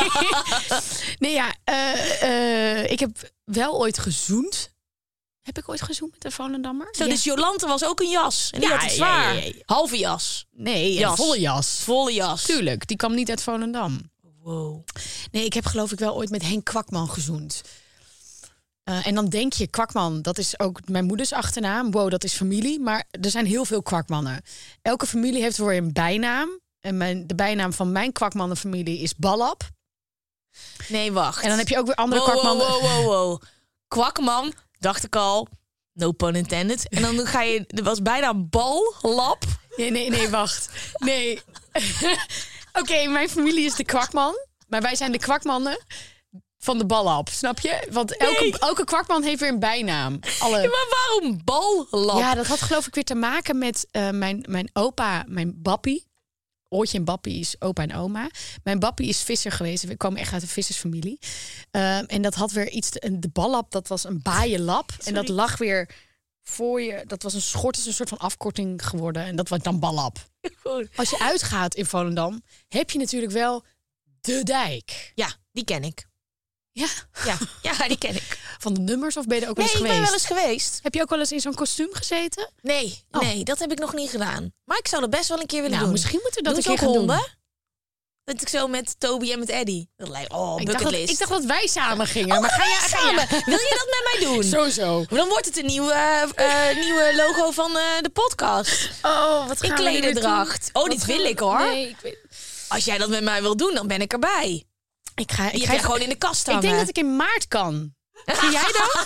nee, ja, uh, uh, ik heb wel ooit gezoend. Heb ik ooit gezoend met de Volendammer? Zo, Ja. dus Jolante was ook een jas. En die Ja, had het ja, zwaar. ja, ja, ja. Halve jas. Nee, Jas. een volle jas. Volle jas. Tuurlijk, die kwam niet uit Volendam. Wow. Nee, ik heb geloof ik wel ooit met Henk Kwakman gezoend. Uh, en dan denk je, Kwakman, dat is ook mijn moeders achternaam. Wow, dat is familie. Maar er zijn heel veel Kwakmannen. Elke familie heeft weer een bijnaam. En mijn, de bijnaam van mijn Kwakmannenfamilie is Ballap. Nee, wacht. En dan heb je ook weer andere wow, Kwakmannen. Wow, wow, wow, wow. Kwakman, dacht ik al. No pun intended. En dan ga je... Er was bijna ballap. Nee, nee, nee, wacht. Nee. Oké, okay, mijn familie is de Kwakman. Maar wij zijn de Kwakmannen van de Ballap, snap je? Want elke, Nee. elke Kwakman heeft weer een bijnaam. Alle... Ja, maar waarom ballap? Ja, dat had geloof ik weer te maken met uh, mijn, mijn opa, mijn bappie. Oortje en bappie is opa en oma. Mijn bappie is visser geweest. We komen echt uit een vissersfamilie. Uh, en dat had weer iets... Te, de ballap, dat was een baaienlap. En dat lag weer voor je... Dat was een schort, is een soort van afkorting geworden. En dat was dan ballap. Als je uitgaat in Volendam, heb je natuurlijk wel de dijk. Ja, die ken ik. Ja, Ja, ja, die ken ik. van de nummers of ben je er ook wel Nee, eens ik geweest? ben wel eens geweest. Heb je ook wel eens in zo'n kostuum gezeten? Nee, Oh. nee, dat heb ik nog niet gedaan. Maar ik zou dat best wel een keer willen Nou, doen. misschien moeten we dat Doen een ze keer ook gaan doen. honden? Dat ik zo met Toby en met Eddie. Dat lijkt, oh, Ik dacht, dat, bucketlist. ik dacht dat wij samen gingen. Oh, maar ga je wij ga je- samen? Wil je dat met mij doen? Sowieso. Maar dan wordt het een nieuwe, uh, nieuwe logo van uh, de podcast. Oh, wat In gaan we nu weer klederdracht. doen? Oh, Wat dit gaan wil we- ik hoor. Nee, ik, weet... Als jij dat met mij wil doen, dan ben ik erbij. ik ga, Die ik heb ga je gewoon in de kast hangen. Ik denk dat ik in maart kan. Ga jij dan?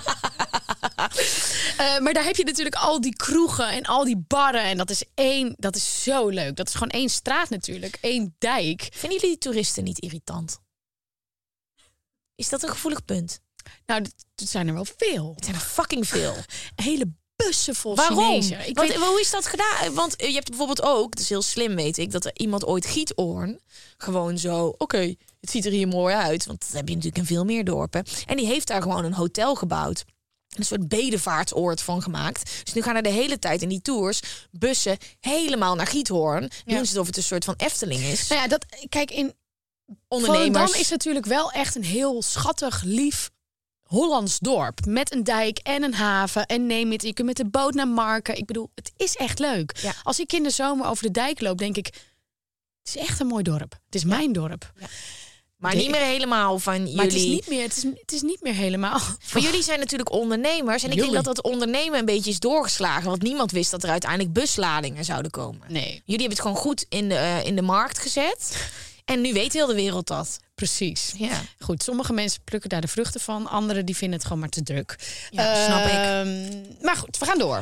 uh, maar daar heb je natuurlijk al die kroegen en al die barren. En dat is één, dat is zo leuk. Dat is gewoon één straat natuurlijk. Één dijk. Vinden jullie die toeristen niet irritant? Is dat een gevoelig punt? Nou, dat, dat zijn er wel veel. Het zijn er fucking veel. Hele bussen vol Waarom? Chinezen. Ik Want, weet, Hoe is dat gedaan? Want je hebt bijvoorbeeld ook, het is heel slim weet ik, dat er iemand ooit Giethoorn gewoon zo, oké, okay, het ziet er hier mooi uit. Want dat heb je natuurlijk in veel meer dorpen. En die heeft daar gewoon een hotel gebouwd. Een soort bedevaartsoord van gemaakt. Dus nu gaan er de hele tijd in die tours bussen helemaal naar Giethoorn. Ja. Doen ze het of het een soort van Efteling is. nou ja, dat, kijk, in Ondernemers. Volendam is natuurlijk wel echt een heel schattig, lief Hollands dorp. Met een dijk en een haven. En neem het, je kunt met de boot naar Marken. Ik bedoel, het is echt leuk. Ja. Als ik in de zomer over de dijk loop, denk ik, het is echt een mooi dorp. Het is mijn dorp. Ja. Maar De- niet meer helemaal van jullie. Maar het is niet meer, het is, het is niet meer helemaal. Maar jullie zijn natuurlijk ondernemers. En ik Jullie. denk dat dat ondernemen een beetje is doorgeslagen. Want niemand wist dat er uiteindelijk busladingen zouden komen. Nee, Jullie hebben het gewoon goed in de, uh, in de markt gezet. En nu weet heel de wereld dat. precies. Ja. Goed, sommige mensen plukken daar de vruchten van. Anderen die vinden het gewoon maar te druk. Ja, snap ik. ik. Maar goed, we gaan door.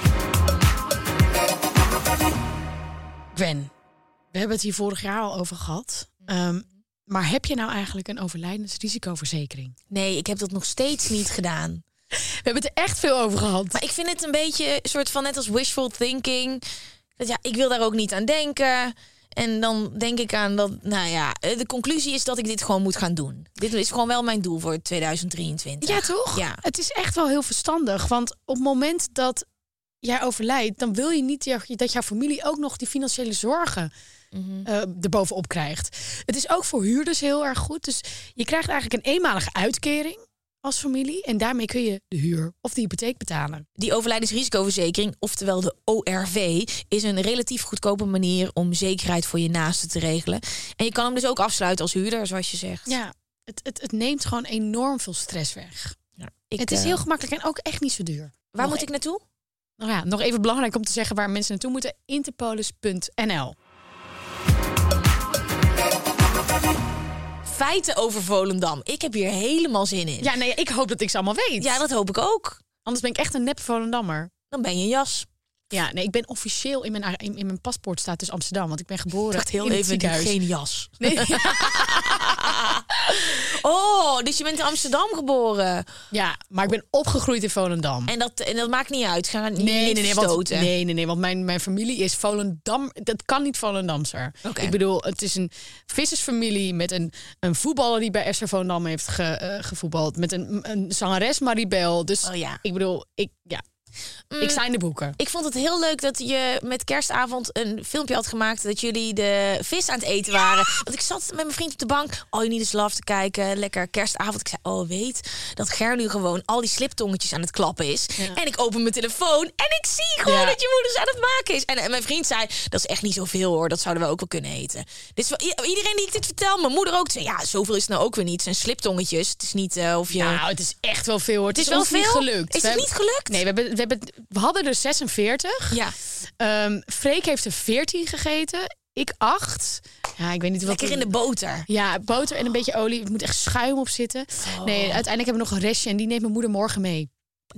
Gwen, we hebben het hier vorig jaar al over gehad. Um, maar heb je nou eigenlijk een overlijdensrisicoverzekering? Nee, ik heb dat nog steeds niet gedaan. We hebben het er echt veel over gehad. Maar ik vind het een beetje een soort van net als wishful thinking. Dat ja, ik wil daar ook niet aan denken. En dan denk ik aan dat, nou ja, de conclusie is dat ik dit gewoon moet gaan doen. Dit is gewoon wel mijn doel voor tweeduizend drieëntwintig. Ja, toch? Ja. Het is echt wel heel verstandig. Want op het moment dat jij overlijdt, dan wil je niet dat jouw familie ook nog die financiële zorgen Mm-hmm. uh, erbovenop krijgt. Het is ook voor huurders heel erg goed. Dus je krijgt eigenlijk een eenmalige uitkering als familie. En daarmee kun je de huur of de hypotheek betalen. Die overlijdensrisicoverzekering, oftewel de O R V, is een relatief goedkope manier om zekerheid voor je naasten te regelen. En je kan hem dus ook afsluiten als huurder, zoals je zegt. Ja, het, het, het neemt gewoon enorm veel stress weg. Ja, ik, het is uh, heel gemakkelijk en ook echt niet zo duur. Waar nog moet ik naartoe? Nou ja, nog even belangrijk om te zeggen waar mensen naartoe moeten. Interpolis punt n l. feiten over Volendam. Ik heb hier helemaal zin in. Ja, nee, ik hoop dat ik ze allemaal weet. Ja, dat hoop ik ook. Anders ben ik echt een nep Volendammer. Dan ben je een jas. Ja, nee, ik ben officieel in mijn, in, in mijn paspoort staat dus Amsterdam. Want ik ben geboren Ik dacht heel in het even, ziekenhuis. geen jas. Nee. Oh, dus je bent in Amsterdam geboren. Ja, maar ik ben opgegroeid in Volendam. En dat, en dat maakt niet uit. Ga niet, Nee, niet nee, nee, want, verstoten. nee, nee, nee, want mijn, mijn familie is Volendam. Dat kan niet Volendamser. Oké. Ik bedoel, het is een vissersfamilie met een, een voetballer die bij S V Volendam heeft ge, uh, gevoetbald. Met een, een zangeres Maribel. Dus Oh ja. ik bedoel, ik, ja, Mm. ik sta in de boeken. Ik vond het heel leuk dat je met kerstavond een filmpje had gemaakt dat jullie de vis aan het eten waren. Want ik zat met mijn vriend op de bank All You Need Is Love te kijken. Lekker kerstavond. Ik zei, oh weet dat Ger nu gewoon al die sliptongetjes aan het klappen is. Ja. En ik open mijn telefoon en ik zie gewoon Ja. dat je moeder ze aan het maken is. En, en mijn vriend zei, dat is echt niet zoveel hoor. Dat zouden we ook wel kunnen eten. Dus wel, i- iedereen die ik dit vertel, mijn moeder ook, zei, ja, zoveel is het nou ook weer niet. Het zijn sliptongetjes. Het is niet uh, of je... Nou, het is echt wel veel hoor. Het, het is is wel ons niet veel. gelukt. Is We het hebben- niet gelukt? Nee, we, hebben, we, hebben, we hadden er zesenveertig. Ja. Um, Freek heeft er veertien gegeten. Ik acht. Ja, ik weet niet wat. Lekker in de boter. Ja, boter en een beetje olie. Er moet echt schuim op zitten. Oh. Nee, uiteindelijk hebben we nog een restje en die neemt mijn moeder morgen mee.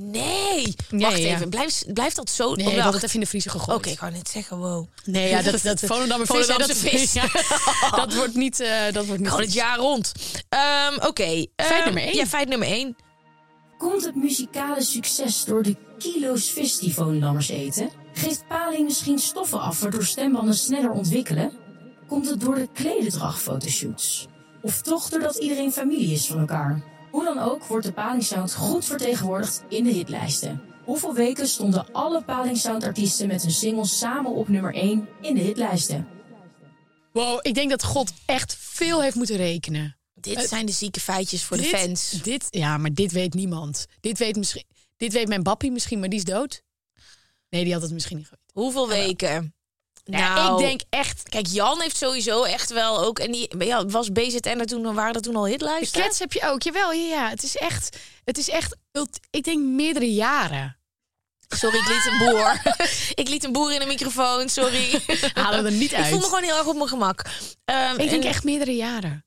Nee. Ja, Wacht ja, ja. even. Blijf, blijft dat zo? Nee, Oh, we wacht. hadden het even in de vriezer gegooid. Oké, ik wou net zeggen, wow. Nee, ja, dat, dat Volendammer vis, hè, dat, Volendamse vis. ja, dat wordt niet. Uh, dat wordt niet Gewoon het jaar rond. Um, Oké. Okay. Feit um, nummer één. Ja, feit nummer één. Komt het muzikale succes door de kilo's vis die Volendammers eten? Geeft paling misschien stoffen af waardoor stembanden sneller ontwikkelen? Komt het door de klededrag-fotoshoots? Of toch doordat iedereen familie is van elkaar? Hoe dan ook wordt de Palingsound goed vertegenwoordigd in de hitlijsten. Hoeveel weken stonden alle Palingsound-artiesten met hun singles samen op nummer één in de hitlijsten? Wow, ik denk dat God echt veel heeft moeten rekenen. Dit Uh, zijn de zieke feitjes voor dit, de fans. Dit, ja, maar dit weet niemand. Dit weet, misschien, dit weet mijn bappie misschien, maar die is dood. Nee, die had het misschien niet geweten. Hoeveel weken? Ja, Nou, ik denk echt... Kijk, Jan heeft sowieso echt wel ook... En die ja, was B Z N er toen, waren er toen al De hitlijsten? Cats heb je ook, jawel. Ja, ja. Het is echt... Het is echt... Ik denk meerdere jaren. Sorry, ik liet een boer. ik liet een boer in de microfoon, sorry. Halen we er niet uit. Ik voel me gewoon heel erg op mijn gemak. Um, Ik denk en, echt meerdere jaren.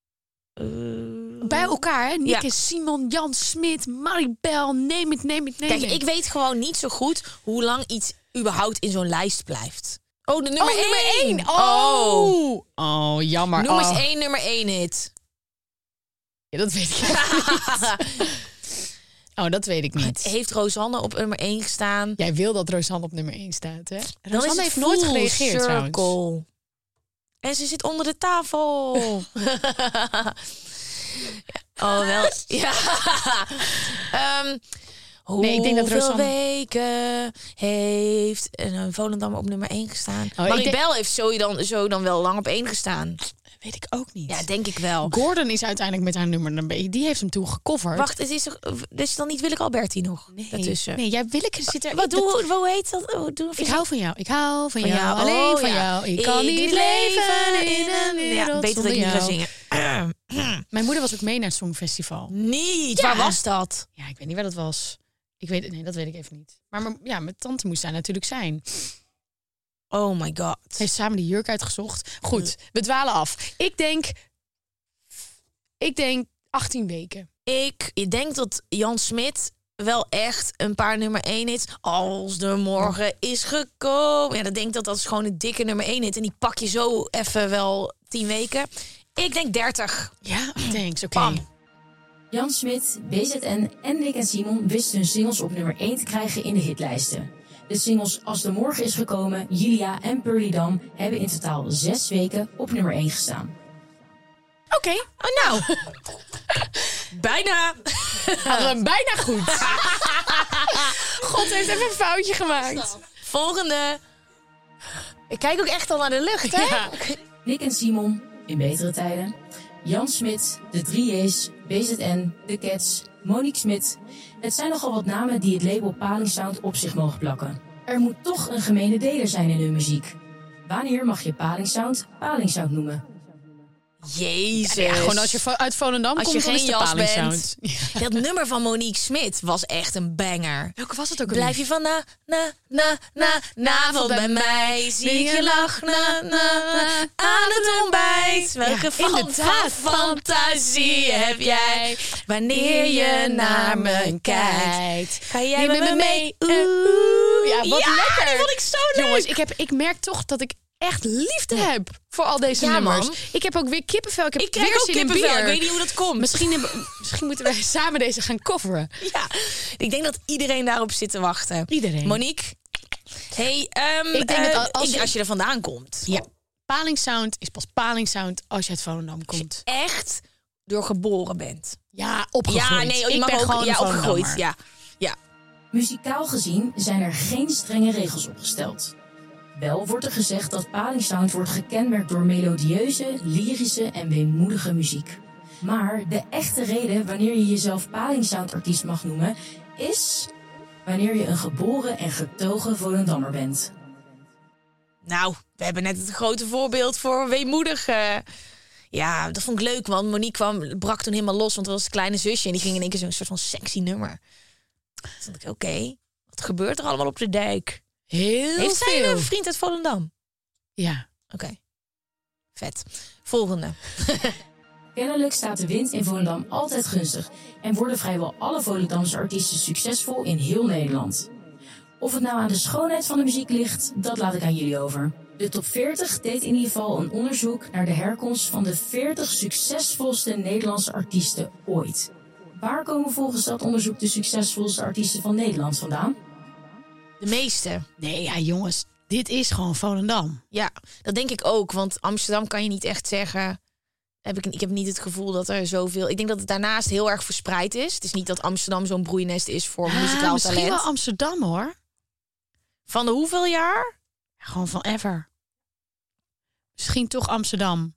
Uh, Bij elkaar, hè? Nick ja. en Simon, Jan Smit, Maribel, neem het, neem het, neem Kijk, het. ik weet gewoon niet zo goed hoe lang iets überhaupt in zo'n lijst blijft. Oh, de nummer oh, nummer één. één. Oh. Oh, jammer. Noem eens oh. één nummer één hit. Ja, dat weet ik niet. Oh, dat weet ik niet. Heeft Rosanne op nummer één gestaan? Jij wil dat Rosanne op nummer één staat, hè? Dan Rosanne is het heeft nooit Full gereageerd, Circle. trouwens. En ze zit onder de tafel. Oh, wel. Ja. um, Nee, ik denk dat hoeveel Rosanne- weken heeft een Volendam op nummer één gestaan? Oh, ik Maribel denk- heeft zo dan, zo dan wel lang op één gestaan. Weet ik ook niet. Ja, denk ik wel. Gordon is uiteindelijk met haar nummer een beetje... Die heeft hem toen gecoverd. Wacht, het is toch, dus dan niet Willeke Alberti nog nee, daartussen? nee, jij Willeke zit er... Wat dat- doe, hoe heet dat? Oh, doe Ik hou van jou. Ik hou van Van jou. jou. Alleen Oh, van ja. jou. Ik kan Ik niet leven in een wereld Ja, beter dat zonder ik niet ga jou. zingen. Mijn moeder was ook mee naar het Songfestival. Niet. Ja. Waar was dat? Ja, ik weet niet waar dat was. Ik weet, nee, dat weet ik even niet. Maar mijn- ja, mijn tante moest daar natuurlijk zijn. Oh my god. Ze heeft samen de jurk uitgezocht. Goed, we dwalen af. Ik denk... Ik denk achttien weken. Ik, ik denk dat Jan Smit wel echt een paar nummer één hits. Als de morgen is gekomen. Ja, dan denk ik dat dat is gewoon een dikke nummer één hit. En die pak je zo even wel tien weken. Ik denk dertig. Ja, thanks. Oké. Bam. Jan Smit, B Z N en Nick en Simon wisten hun singles op nummer één te krijgen in de hitlijsten. De singles Als de morgen is gekomen, Julia en Pearly Dam hebben in totaal zes weken op nummer één gestaan. Oké. Oh, nou. Bijna. Hadden we hem bijna goed. God heeft even een foutje gemaakt. Volgende. Ik kijk ook echt al naar de lucht, hè? Ja. Nick en Simon, in betere tijden. Jan Smit, de drie J's, B Z N, de Cats, Monique Smit. Het zijn nogal wat namen die het label Palingsound op zich mogen plakken. Er moet toch een gemene deler zijn in hun muziek. Wanneer mag je Palingsound Palingsound noemen? Jezus. Ja, gewoon als je vo- uit Volendam Als komt, je dan geen is de jas Paling bent. Sound. Dat nummer van Monique Smit was echt een banger. Welke was het ook Blijf je van na, na, na, na, navond bij mij. Zie ik je lach, na, na, na, aan het ontbijt. Welke Ja, fanta- inderdaad. fantasie heb jij wanneer je naar me kijkt? Ga jij met me mee? Oeh. Ja, wat lekker. Die vond ik zo leuk. Jongens, ik, heb, ik merk toch dat ik echt liefde heb voor al deze Ja, nummers. man. Ik heb ook weer kippenvel. Ik heb Ik krijg weer ook zin in kippenvel. bier. Ik weet niet hoe dat komt. Misschien, hebben- misschien moeten wij samen deze gaan coveren. Ja, ik denk dat iedereen daarop zit te wachten. Iedereen. Monique? Hey, um, Ik denk dat uh, als ik- je- als je er vandaan komt. Ja. Paling Sound is pas Paling Sound als je uit Volendam komt. Echt door geboren bent. Ja, opgegroeid. Ja, nee, je ik mag ben ook gewoon ja, een opgegroeid. Volendammer. Ja, ja. Muzikaal gezien zijn er geen strenge regels opgesteld. Wel wordt er gezegd dat Paling Sound wordt gekenmerkt door melodieuze, lyrische en weemoedige muziek. Maar de echte reden wanneer je jezelf Paling Sound artiest mag noemen, is wanneer je een geboren en getogen Volendammer bent. Nou, we hebben net het grote voorbeeld voor weemoedig. eh. Ja, dat vond ik leuk, want Monique kwam, brak toen helemaal los, want het was een kleine zusje en die ging in één keer zo'n soort van sexy nummer. Toen dacht ik, oké, wat gebeurt er allemaal op de dijk? Heel Heeft zij veel. een vriend uit Volendam? Ja. Oké, vet. Volgende. Kennelijk staat de wind in Volendam altijd gunstig en worden vrijwel alle Volendamse artiesten succesvol in heel Nederland. Of het nou aan de schoonheid van de muziek ligt, dat laat ik aan jullie over. De top veertig deed in ieder geval een onderzoek naar de herkomst van de veertig succesvolste Nederlandse artiesten ooit. Waar komen volgens dat onderzoek de succesvolste artiesten van Nederland vandaan? De meeste. Nee, ja, jongens. Dit is gewoon Volendam. Ja, dat denk ik ook. Want Amsterdam kan je niet echt zeggen. Heb ik, ik heb niet het gevoel dat er zoveel. Ik denk dat het daarnaast heel erg verspreid is. Het is niet dat Amsterdam zo'n broeinest is voor Ah, muzikaal misschien talent. wel Amsterdam, hoor. Van de hoeveel jaar? Ja, gewoon van ever. Misschien toch Amsterdam.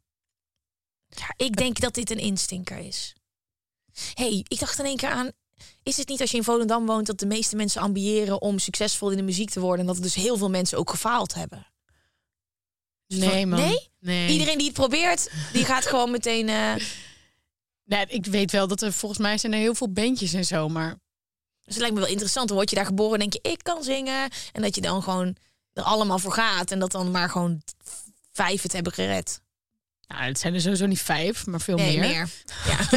Ja, ik denk dat dit een instinker is. hey, ik dacht in één keer aan. Is het niet als je in Volendam woont dat de meeste mensen ambiëren om succesvol in de muziek te worden en dat er dus heel veel mensen ook gefaald hebben? Nee, man. Nee? Nee. Iedereen die het probeert, die gaat gewoon meteen. Uh... Nee, ik weet wel dat er volgens mij zijn er heel veel bandjes en zo, maar Dus het lijkt me wel interessant. Dan word je daar geboren en denk je, ik kan zingen. En dat je dan gewoon er allemaal voor gaat. En dat dan maar gewoon vijf het hebben gered. nou, het zijn er sowieso niet vijf, maar veel Nee, meer. meer. Ja.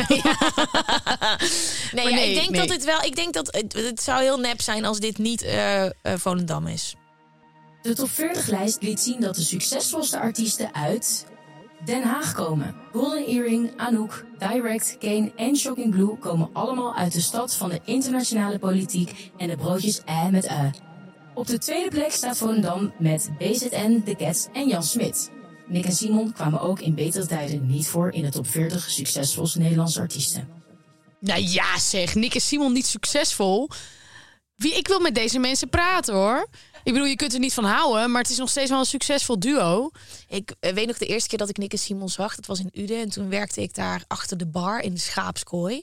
nee, Maar ja, nee, ik denk nee. dat het wel. Ik denk dat het, het zou heel nep zijn als dit niet uh, uh, Volendam is. De top veertig-lijst liet zien dat de succesvolste artiesten uit Den Haag komen. Golden Earring, Anouk, Direct, Kane en Shocking Blue komen allemaal uit de stad van de internationale politiek en de broodjes ä met ui. Op de tweede plek staat Volendam met B Z N, The Cats en Jan Smit. Nick en Simon kwamen ook in betere tijden niet voor in de top veertig succesvolste Nederlandse artiesten. Nou ja, zeg, Nick en Simon niet succesvol. Wie, ik wil met deze mensen praten, hoor. Ik bedoel, je kunt er niet van houden, maar het is nog steeds wel een succesvol duo. Ik uh, weet nog de eerste keer dat ik Nick en Simon zag. Dat was in Uden. En toen werkte ik daar achter de bar in de schaapskooi.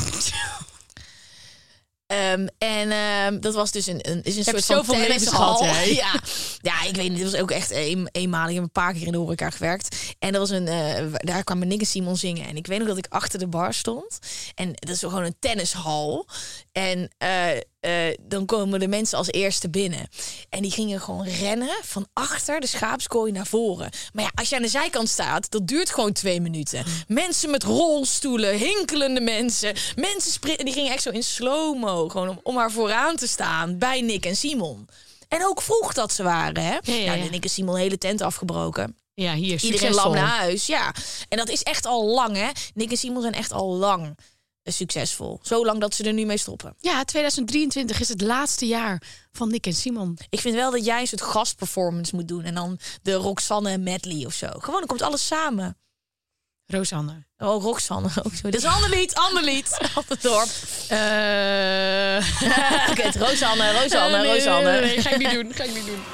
Um, en um, dat was dus een, een, is een Je hebt soort van zoveel levens tennishal. gehad, hè? Ja. Ja, ik weet niet. Het was ook echt een, eenmalig. Ik heb een paar keer in de horeca gewerkt. En dat was een, uh, daar kwamen Nick en Simon zingen. En ik weet nog dat ik achter de bar stond. En dat is gewoon een tennishal. En uh, uh, dan komen de mensen als eerste binnen. En die gingen gewoon rennen van achter de schaapskooi naar voren. Maar ja, als je aan de zijkant staat, dat duurt gewoon twee minuten. Mensen met rolstoelen, hinkelende mensen. Mensen sprinten, die gingen echt zo in slow-mo. Gewoon om, om maar vooraan te staan bij Nick en Simon. En ook vroeg dat ze waren, hè? Ja, ja, ja. Nou, de Nick en Simon de hele tent afgebroken. Ja, hier, Iedereen succesvol. lam naar huis, ja. En dat is echt al lang, hè? Nick en Simon zijn echt al lang succesvol. Zo lang dat ze er nu mee stoppen. Ja, tweeduizend drieëntwintig is het laatste jaar van Nick en Simon. Ik vind wel dat jij een soort gastperformance moet doen. En dan de Roxanne medley of zo. Gewoon, dan komt alles samen. Rosanne. Oh, Roxanne ook zo. Dat is een ander lied, ander lied. Op het dorp. Uh... Oké, het Rosanne, Rosanne, Uh, nee, Rosanne. Nee, nee, nee, ga ik niet doen. Ga ik niet doen.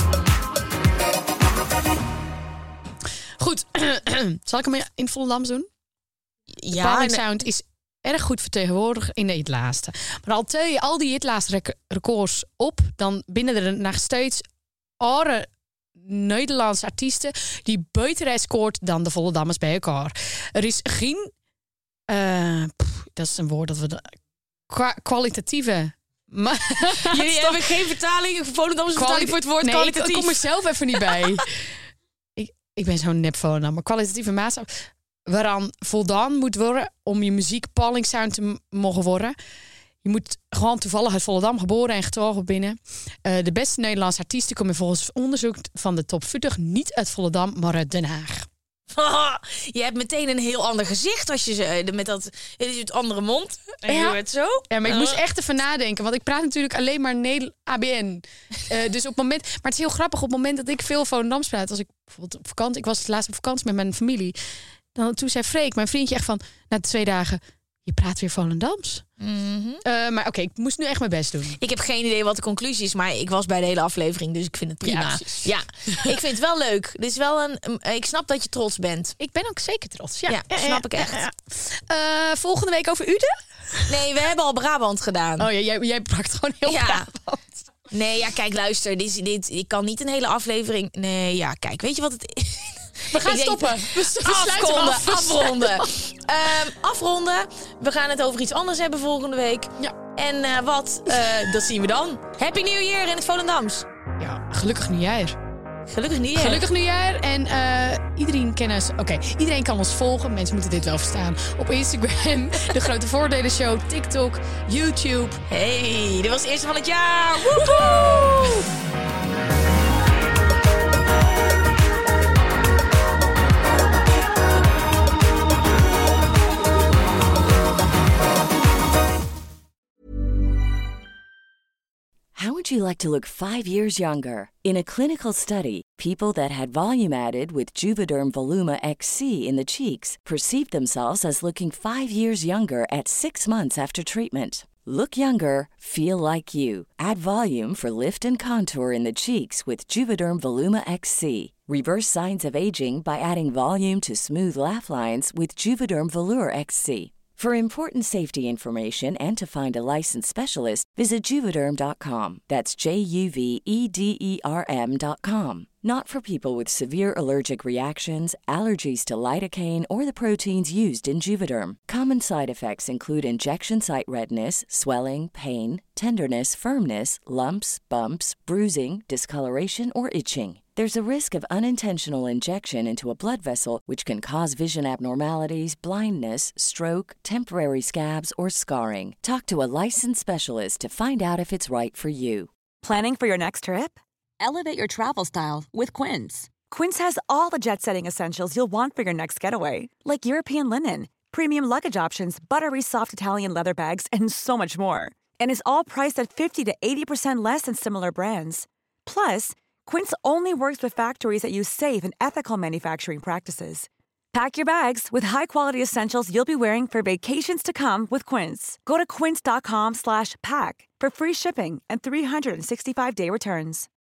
Goed. Zal ik hem in Volendams doen? Ja, Paling en- Sound is erg goed vertegenwoordigd in de hitlijsten. Maar al tel je al die hitlijstrecords op, dan binnen er nog steeds oren Nederlandse artiesten die beter scoort dan de Volendammers bij elkaar. Er is geen, uh, pff, dat is een woord dat we de, kwa, kwalitatieve. Maar, Jullie hebben geen vertaling, Volendammers vertaling voor het woord nee, kwalitatief. Ik, ik kom er zelf even niet bij. ik, ik ben zo'n nep Volendammer. Kwalitatieve maatschap waaraan voldaan moet worden om je muziek Palingsound te m- mogen worden. Je moet gewoon toevallig uit Volendam geboren en getogen binnen. Uh, de beste Nederlandse artiesten komen volgens onderzoek van de top veertig niet uit Volendam, maar uit Den Haag. Je hebt meteen een heel ander gezicht als je ze met dat het andere mond. En ja. je het zo. Ja, maar ik moest echt even nadenken, want ik praat natuurlijk alleen maar Nederlands A B N. Uh, dus op het moment, maar het is heel grappig op het moment dat ik veel Volendams praat. Als ik bijvoorbeeld op vakantie, ik was laatst op vakantie met mijn familie. Dan toen zei Freek, mijn vriendje, echt van na twee dagen. Je praat weer Volendams. Mm-hmm. Uh, maar oké, okay, ik moest nu echt mijn best doen. Ik heb geen idee wat de conclusie is, maar ik was bij de hele aflevering, dus ik vind het prima. Ja, ja. Ik vind het wel leuk. Dit is wel een. Ik snap dat je trots bent. Ik ben ook zeker trots. Ja, ja, ja snap ik echt. Ja, ja. Uh, volgende week over Uden? Nee, we hebben al Brabant gedaan. Oh ja, jij, jij pakt gewoon heel ja. Brabant. Nee, ja, kijk, luister. Dit, dit, ik kan niet een hele aflevering. Nee, ja, kijk, weet je wat het is? We gaan stoppen. We, we afronden, af. afronden. um, afronden. We gaan het over iets anders hebben volgende week. Ja. En uh, wat, uh, dat zien we dan. Happy New Year in het Volendams. Ja, gelukkig nieuwjaar. Gelukkig nieuwjaar. Gelukkig nieuwjaar. En uh, iedereen, kennis, okay. iedereen kan ons volgen. Mensen moeten dit wel verstaan. Op Instagram, De Grote Voordelen Show, TikTok, YouTube. Hey, dit was het eerste van het jaar. Woehoe! How would you like to look five years younger? In a clinical study, people that had volume added with Juvederm Voluma X C in the cheeks perceived themselves as looking five years younger at six months after treatment. Look younger, feel like you. Add volume for lift and contour in the cheeks with Juvederm Voluma X C. Reverse signs of aging by adding volume to smooth laugh lines with Juvederm Volure X C. For important safety information and to find a licensed specialist, visit Juvederm dot com. That's J U V E D E R M dot com. Not for people with severe allergic reactions, allergies to lidocaine, or the proteins used in Juvederm. Common side effects include injection site redness, swelling, pain, tenderness, firmness, lumps, bumps, bruising, discoloration, or itching. There's a risk of unintentional injection into a blood vessel, which can cause vision abnormalities, blindness, stroke, temporary scabs, or scarring. Talk to a licensed specialist to find out if it's right for you. Planning for your next trip? Elevate your travel style with Quince. Quince has all the jet-setting essentials you'll want for your next getaway, like European linen, premium luggage options, buttery soft Italian leather bags, and so much more. And is all priced at fifty to eighty percent less than similar brands. Plus, Quince only works with factories that use safe and ethical manufacturing practices. Pack your bags with high-quality essentials you'll be wearing for vacations to come with Quince. Go to quince dot com slash pack for free shipping and three sixty-five day returns.